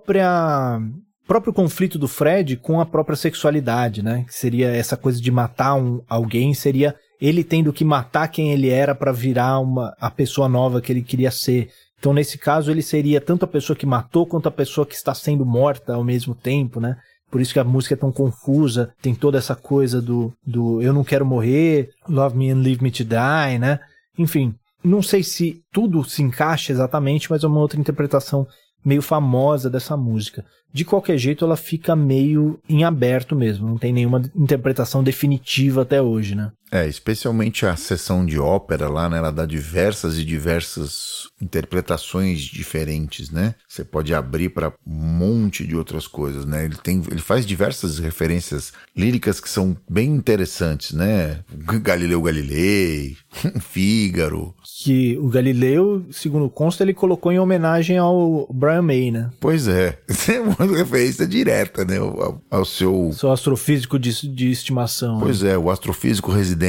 próprio conflito do Fred com a própria sexualidade, né? Que seria essa coisa de matar alguém, seria ele tendo que matar quem ele era para virar a pessoa nova que ele queria ser. Então, nesse caso, ele seria tanto a pessoa que matou quanto a pessoa que está sendo morta ao mesmo tempo, né? Por isso que a música é tão confusa, tem toda essa coisa do eu não quero morrer, love me and leave me to die, né? Enfim, não sei se tudo se encaixa exatamente, mas é uma outra interpretação meio famosa dessa música. De qualquer jeito, ela fica meio em aberto mesmo, não tem nenhuma interpretação definitiva até hoje, né? Especialmente a sessão de ópera lá, né? Ela dá diversas interpretações diferentes, né? Você pode abrir para um monte de outras coisas, né? Ele faz diversas referências líricas que são bem interessantes, né? Galileu Galilei, Fígaro. Que o Galileu, segundo consta, ele colocou em homenagem ao Brian May, né? Pois é. Isso é uma referência direta, né? Ao seu astrofísico de estimação. Pois né? O astrofísico residente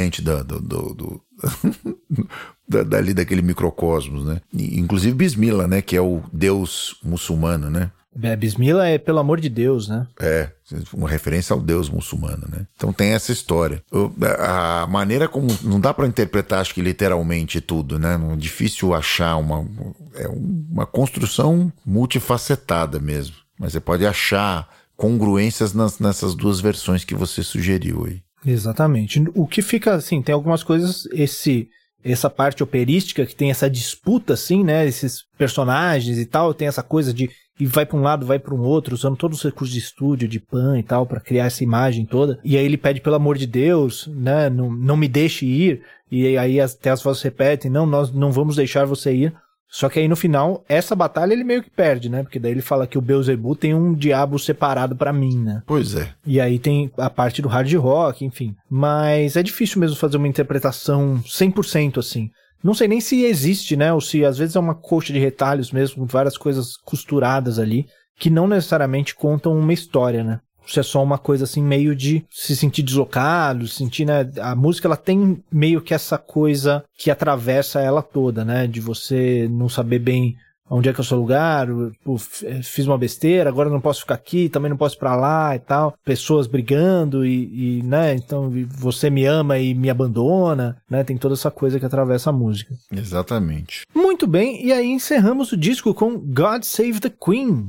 dali daquele microcosmos, né? Inclusive Bismillah, né? Que é o deus muçulmano, né? Bismillah é pelo amor de Deus, né? Uma referência ao deus muçulmano, né? Então tem essa história. A maneira como... Não dá pra interpretar, acho que literalmente tudo, né? É difícil achar uma construção multifacetada mesmo. Mas você pode achar congruências nessas duas versões que você sugeriu aí. Exatamente. O que fica, assim, tem algumas coisas, essa parte operística que tem essa disputa, assim, né, esses personagens e tal, tem essa coisa de e vai para um lado, vai para um outro, usando todos os recursos de estúdio, de pan e tal, para criar essa imagem toda, e aí ele pede pelo amor de Deus, né, não me deixe ir, e aí até as vozes repetem, não, nós não vamos deixar você ir. Só que aí no final, essa batalha ele meio que perde, né? Porque daí ele fala que o Beelzebub tem um diabo separado pra mim, né? Pois é. E aí tem a parte do hard rock, enfim. Mas é difícil mesmo fazer uma interpretação 100% assim. Não sei nem se existe, né? Ou se às vezes é uma coxa de retalhos mesmo, com várias coisas costuradas ali, que não necessariamente contam uma história, né? Isso é só uma coisa assim, meio de se sentir deslocado, sentir, né? A música, ela tem meio que essa coisa que atravessa ela toda, né? De você não saber bem onde é que é o seu lugar, fiz uma besteira, agora não posso ficar aqui, também não posso ir pra lá e tal. Pessoas brigando e né? Então você me ama e me abandona, né? Tem toda essa coisa que atravessa a música. Exatamente. Muito bem, e aí encerramos o disco com God Save the Queen.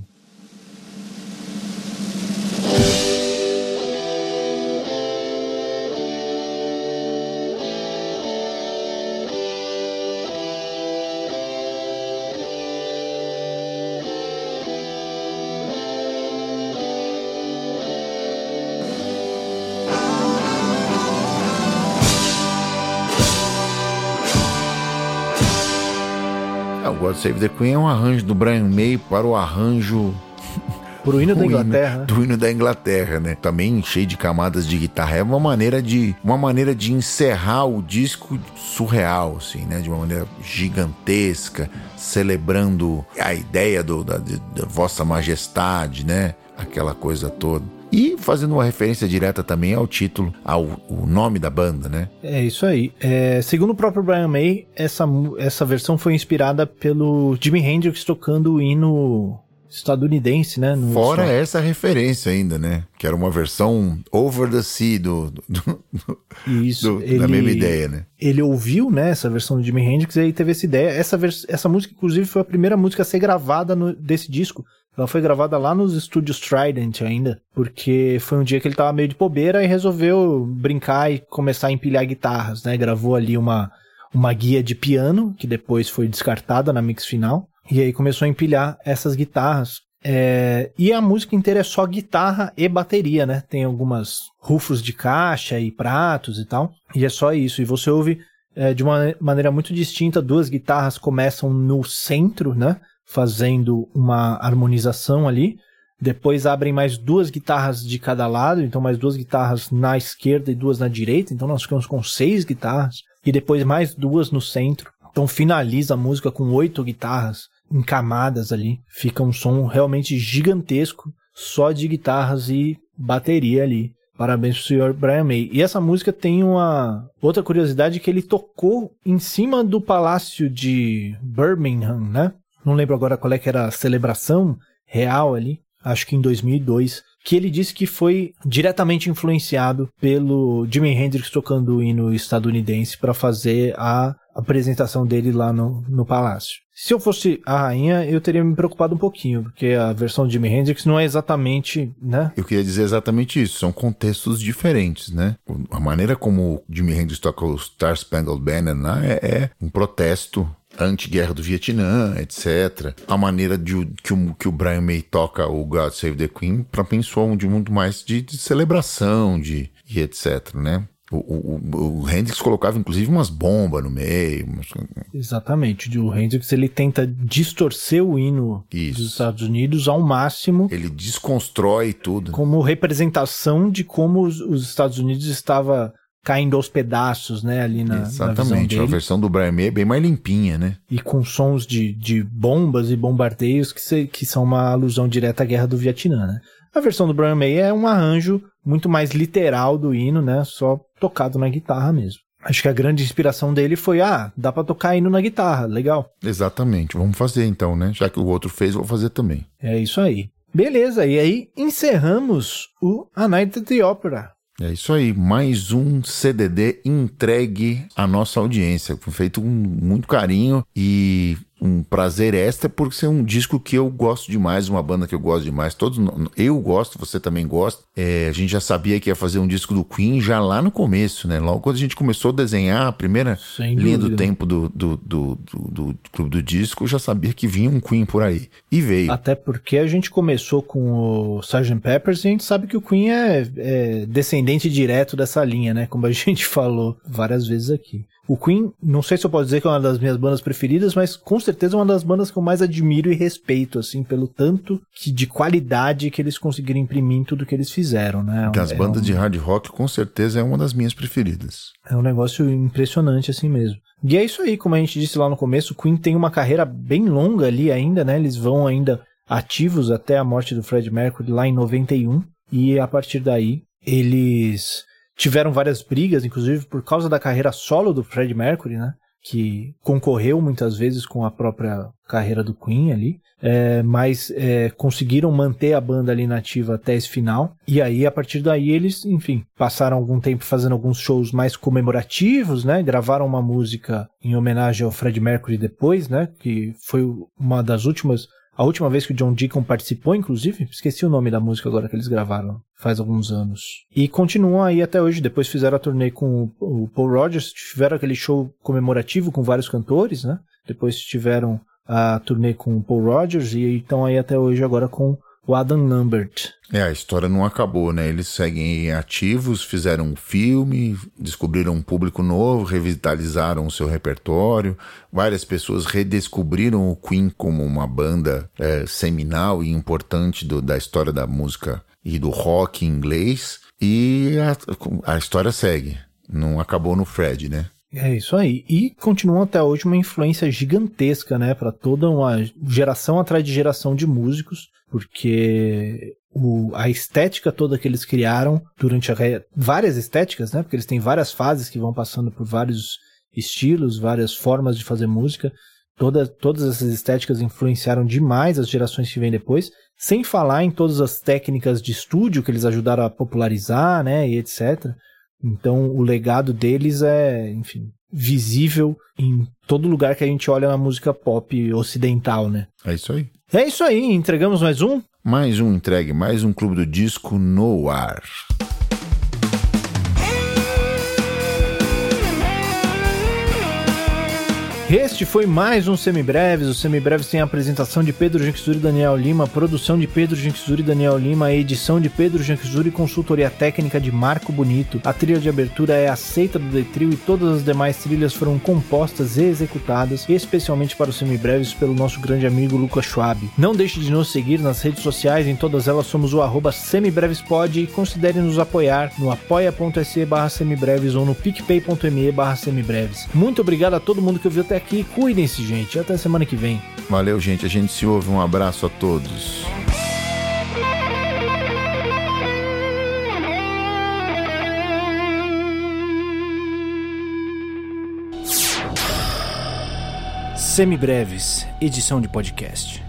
God Save the Queen é um arranjo do Brian May para o arranjo... Pro hino da Inglaterra, né? Do hino da Inglaterra, né? Também cheio de camadas de guitarra. É uma maneira de encerrar o disco surreal, assim, né? De uma maneira gigantesca, celebrando a ideia da Vossa Majestade, né? Aquela coisa toda. E fazendo uma referência direta também ao título, ao nome da banda, né? É isso aí. Segundo o próprio Brian May, essa versão foi inspirada pelo Jimi Hendrix tocando o hino estadunidense, né? Fora essa referência ainda, né? Que era uma versão over the sea da mesma ideia, né? Ele ouviu, né, essa versão do Jimi Hendrix e aí teve essa ideia. Essa música, inclusive, foi a primeira música a ser gravada desse disco. Ela foi gravada lá nos estúdios Trident ainda, porque foi um dia que ele tava meio de bobeira e resolveu brincar e começar a empilhar guitarras, né? Gravou ali uma guia de piano, que depois foi descartada na mix final, e aí começou a empilhar essas guitarras. E a música inteira é só guitarra e bateria, né? Tem algumas rufos de caixa e pratos e tal, e é só isso. E você ouve de uma maneira muito distinta, duas guitarras começam no centro, né? Fazendo uma harmonização ali. Depois abrem mais duas guitarras de cada lado, então mais duas guitarras na esquerda e duas na direita, então nós ficamos com 6 guitarras, e depois mais duas no centro. Então finaliza a música com 8 guitarras em camadas ali. Fica um som realmente gigantesco, só de guitarras e bateria ali. Parabéns pro senhor Brian May. E essa música tem uma outra curiosidade, que ele tocou em cima do Palácio de Birmingham, né? Não lembro agora qual é que era a celebração real ali, acho que em 2002, que ele disse que foi diretamente influenciado pelo Jimi Hendrix tocando o hino estadunidense para fazer a apresentação dele lá no palácio. Se eu fosse a rainha, eu teria me preocupado um pouquinho, porque a versão de Jimi Hendrix não é exatamente, né? Eu queria dizer exatamente isso, são contextos diferentes, né? A maneira como o Jimi Hendrix toca o Star Spangled Banner lá é um protesto anti-guerra do Vietnã, etc. A maneira que o Brian May toca o God Save the Queen para pensar de muito mais de celebração, e etc, né? O Hendrix colocava inclusive umas bombas no meio. Exatamente, o Hendrix ele tenta distorcer o hino dos Estados Unidos ao máximo. Ele desconstrói tudo. Como representação de como os Estados Unidos estava caindo aos pedaços, né, ali na visão dele. A versão do Brian May é bem mais limpinha, né? E com sons de bombas e bombardeios que são uma alusão direta à Guerra do Vietnã, né? A versão do Brian May é um arranjo muito mais literal do hino, né, só tocado na guitarra mesmo. Acho que a grande inspiração dele foi, dá pra tocar hino na guitarra, legal. Exatamente, vamos fazer então, né? Já que o outro fez, vou fazer também. É isso aí. Beleza, e aí encerramos o A Night at the Opera. É isso aí, mais um CDD entregue à nossa audiência, feito com muito carinho e um prazer extra, porque é um disco que eu gosto demais, uma banda que eu gosto demais, todos eu gosto, você também gosta. A gente já sabia que ia fazer um disco do Queen já lá no começo, né? Logo quando a gente começou a desenhar a primeira linha do tempo do Clube do Disco, já sabia que vinha um Queen por aí. E veio. Até porque a gente começou com o Sgt. Pepper's e a gente sabe que o Queen é descendente direto dessa linha, né? Como a gente falou várias vezes aqui. O Queen, não sei se eu posso dizer que é uma das minhas bandas preferidas, mas com certeza é uma das bandas que eu mais admiro e respeito, assim, pelo tanto de qualidade que eles conseguiram imprimir em tudo que eles fizeram, né? Das bandas de hard rock, com certeza é uma das minhas preferidas. É um negócio impressionante assim mesmo. E é isso aí, como a gente disse lá no começo, o Queen tem uma carreira bem longa ali ainda, né? Eles vão ainda ativos até a morte do Freddie Mercury lá em 91, e a partir daí eles tiveram várias brigas, inclusive por causa da carreira solo do Freddie Mercury, né? Que concorreu muitas vezes com a própria carreira do Queen ali, mas conseguiram manter a banda ali nativa até esse final. E aí, a partir daí, eles, enfim, passaram algum tempo fazendo alguns shows mais comemorativos, né? Gravaram uma música em homenagem ao Freddie Mercury depois, né? Que foi uma das últimas... A última vez que o John Deacon participou, inclusive, esqueci o nome da música agora que eles gravaram, faz alguns anos. E continuam aí até hoje, depois fizeram a turnê com o Paul Rodgers, tiveram aquele show comemorativo com vários cantores, né? Depois tiveram a turnê com o Paul Rodgers e estão aí até hoje agora com o Adam Lambert. A história não acabou, né? Eles seguem ativos, fizeram um filme, descobriram um público novo, revitalizaram o seu repertório. Várias pessoas redescobriram o Queen como uma banda seminal e importante da história da música e do rock inglês. E a história segue. Não acabou no Fred, né? É isso aí. E continuam até hoje uma influência gigantesca, né? Para toda uma geração atrás de geração de músicos, porque a estética toda que eles criaram durante várias estéticas, né? Porque eles têm várias fases que vão passando por vários estilos, várias formas de fazer música. Todas essas estéticas influenciaram demais as gerações que vêm depois, sem falar em todas as técnicas de estúdio que eles ajudaram a popularizar, né? E etc. Então, o legado deles é, enfim, visível em todo lugar que a gente olha na música pop ocidental, né? É isso aí. É isso aí, entregamos mais um? Mais um entregue, mais um Clube do Disco no ar. Este foi mais um Semibreves. O Semibreves tem a apresentação de Pedro Janquizuri e Daniel Lima, produção de Pedro Janquizuri e Daniel Lima, a edição de Pedro Janquizuri e consultoria técnica de Marco Bonito. A trilha de abertura é aceita do The Trio e todas as demais trilhas foram compostas e executadas especialmente para o Semibreves pelo nosso grande amigo Lucas Schwab. Não deixe de nos seguir nas redes sociais, em todas elas somos o @semibrevespod e considere nos apoiar no apoia.se/semibreves ou no picpay.me/semibreves. Muito obrigado a todo mundo que ouviu até aqui. Cuidem-se, gente. Até semana que vem. Valeu, gente. A gente se ouve. Um abraço a todos. Semibreves, edição de podcast.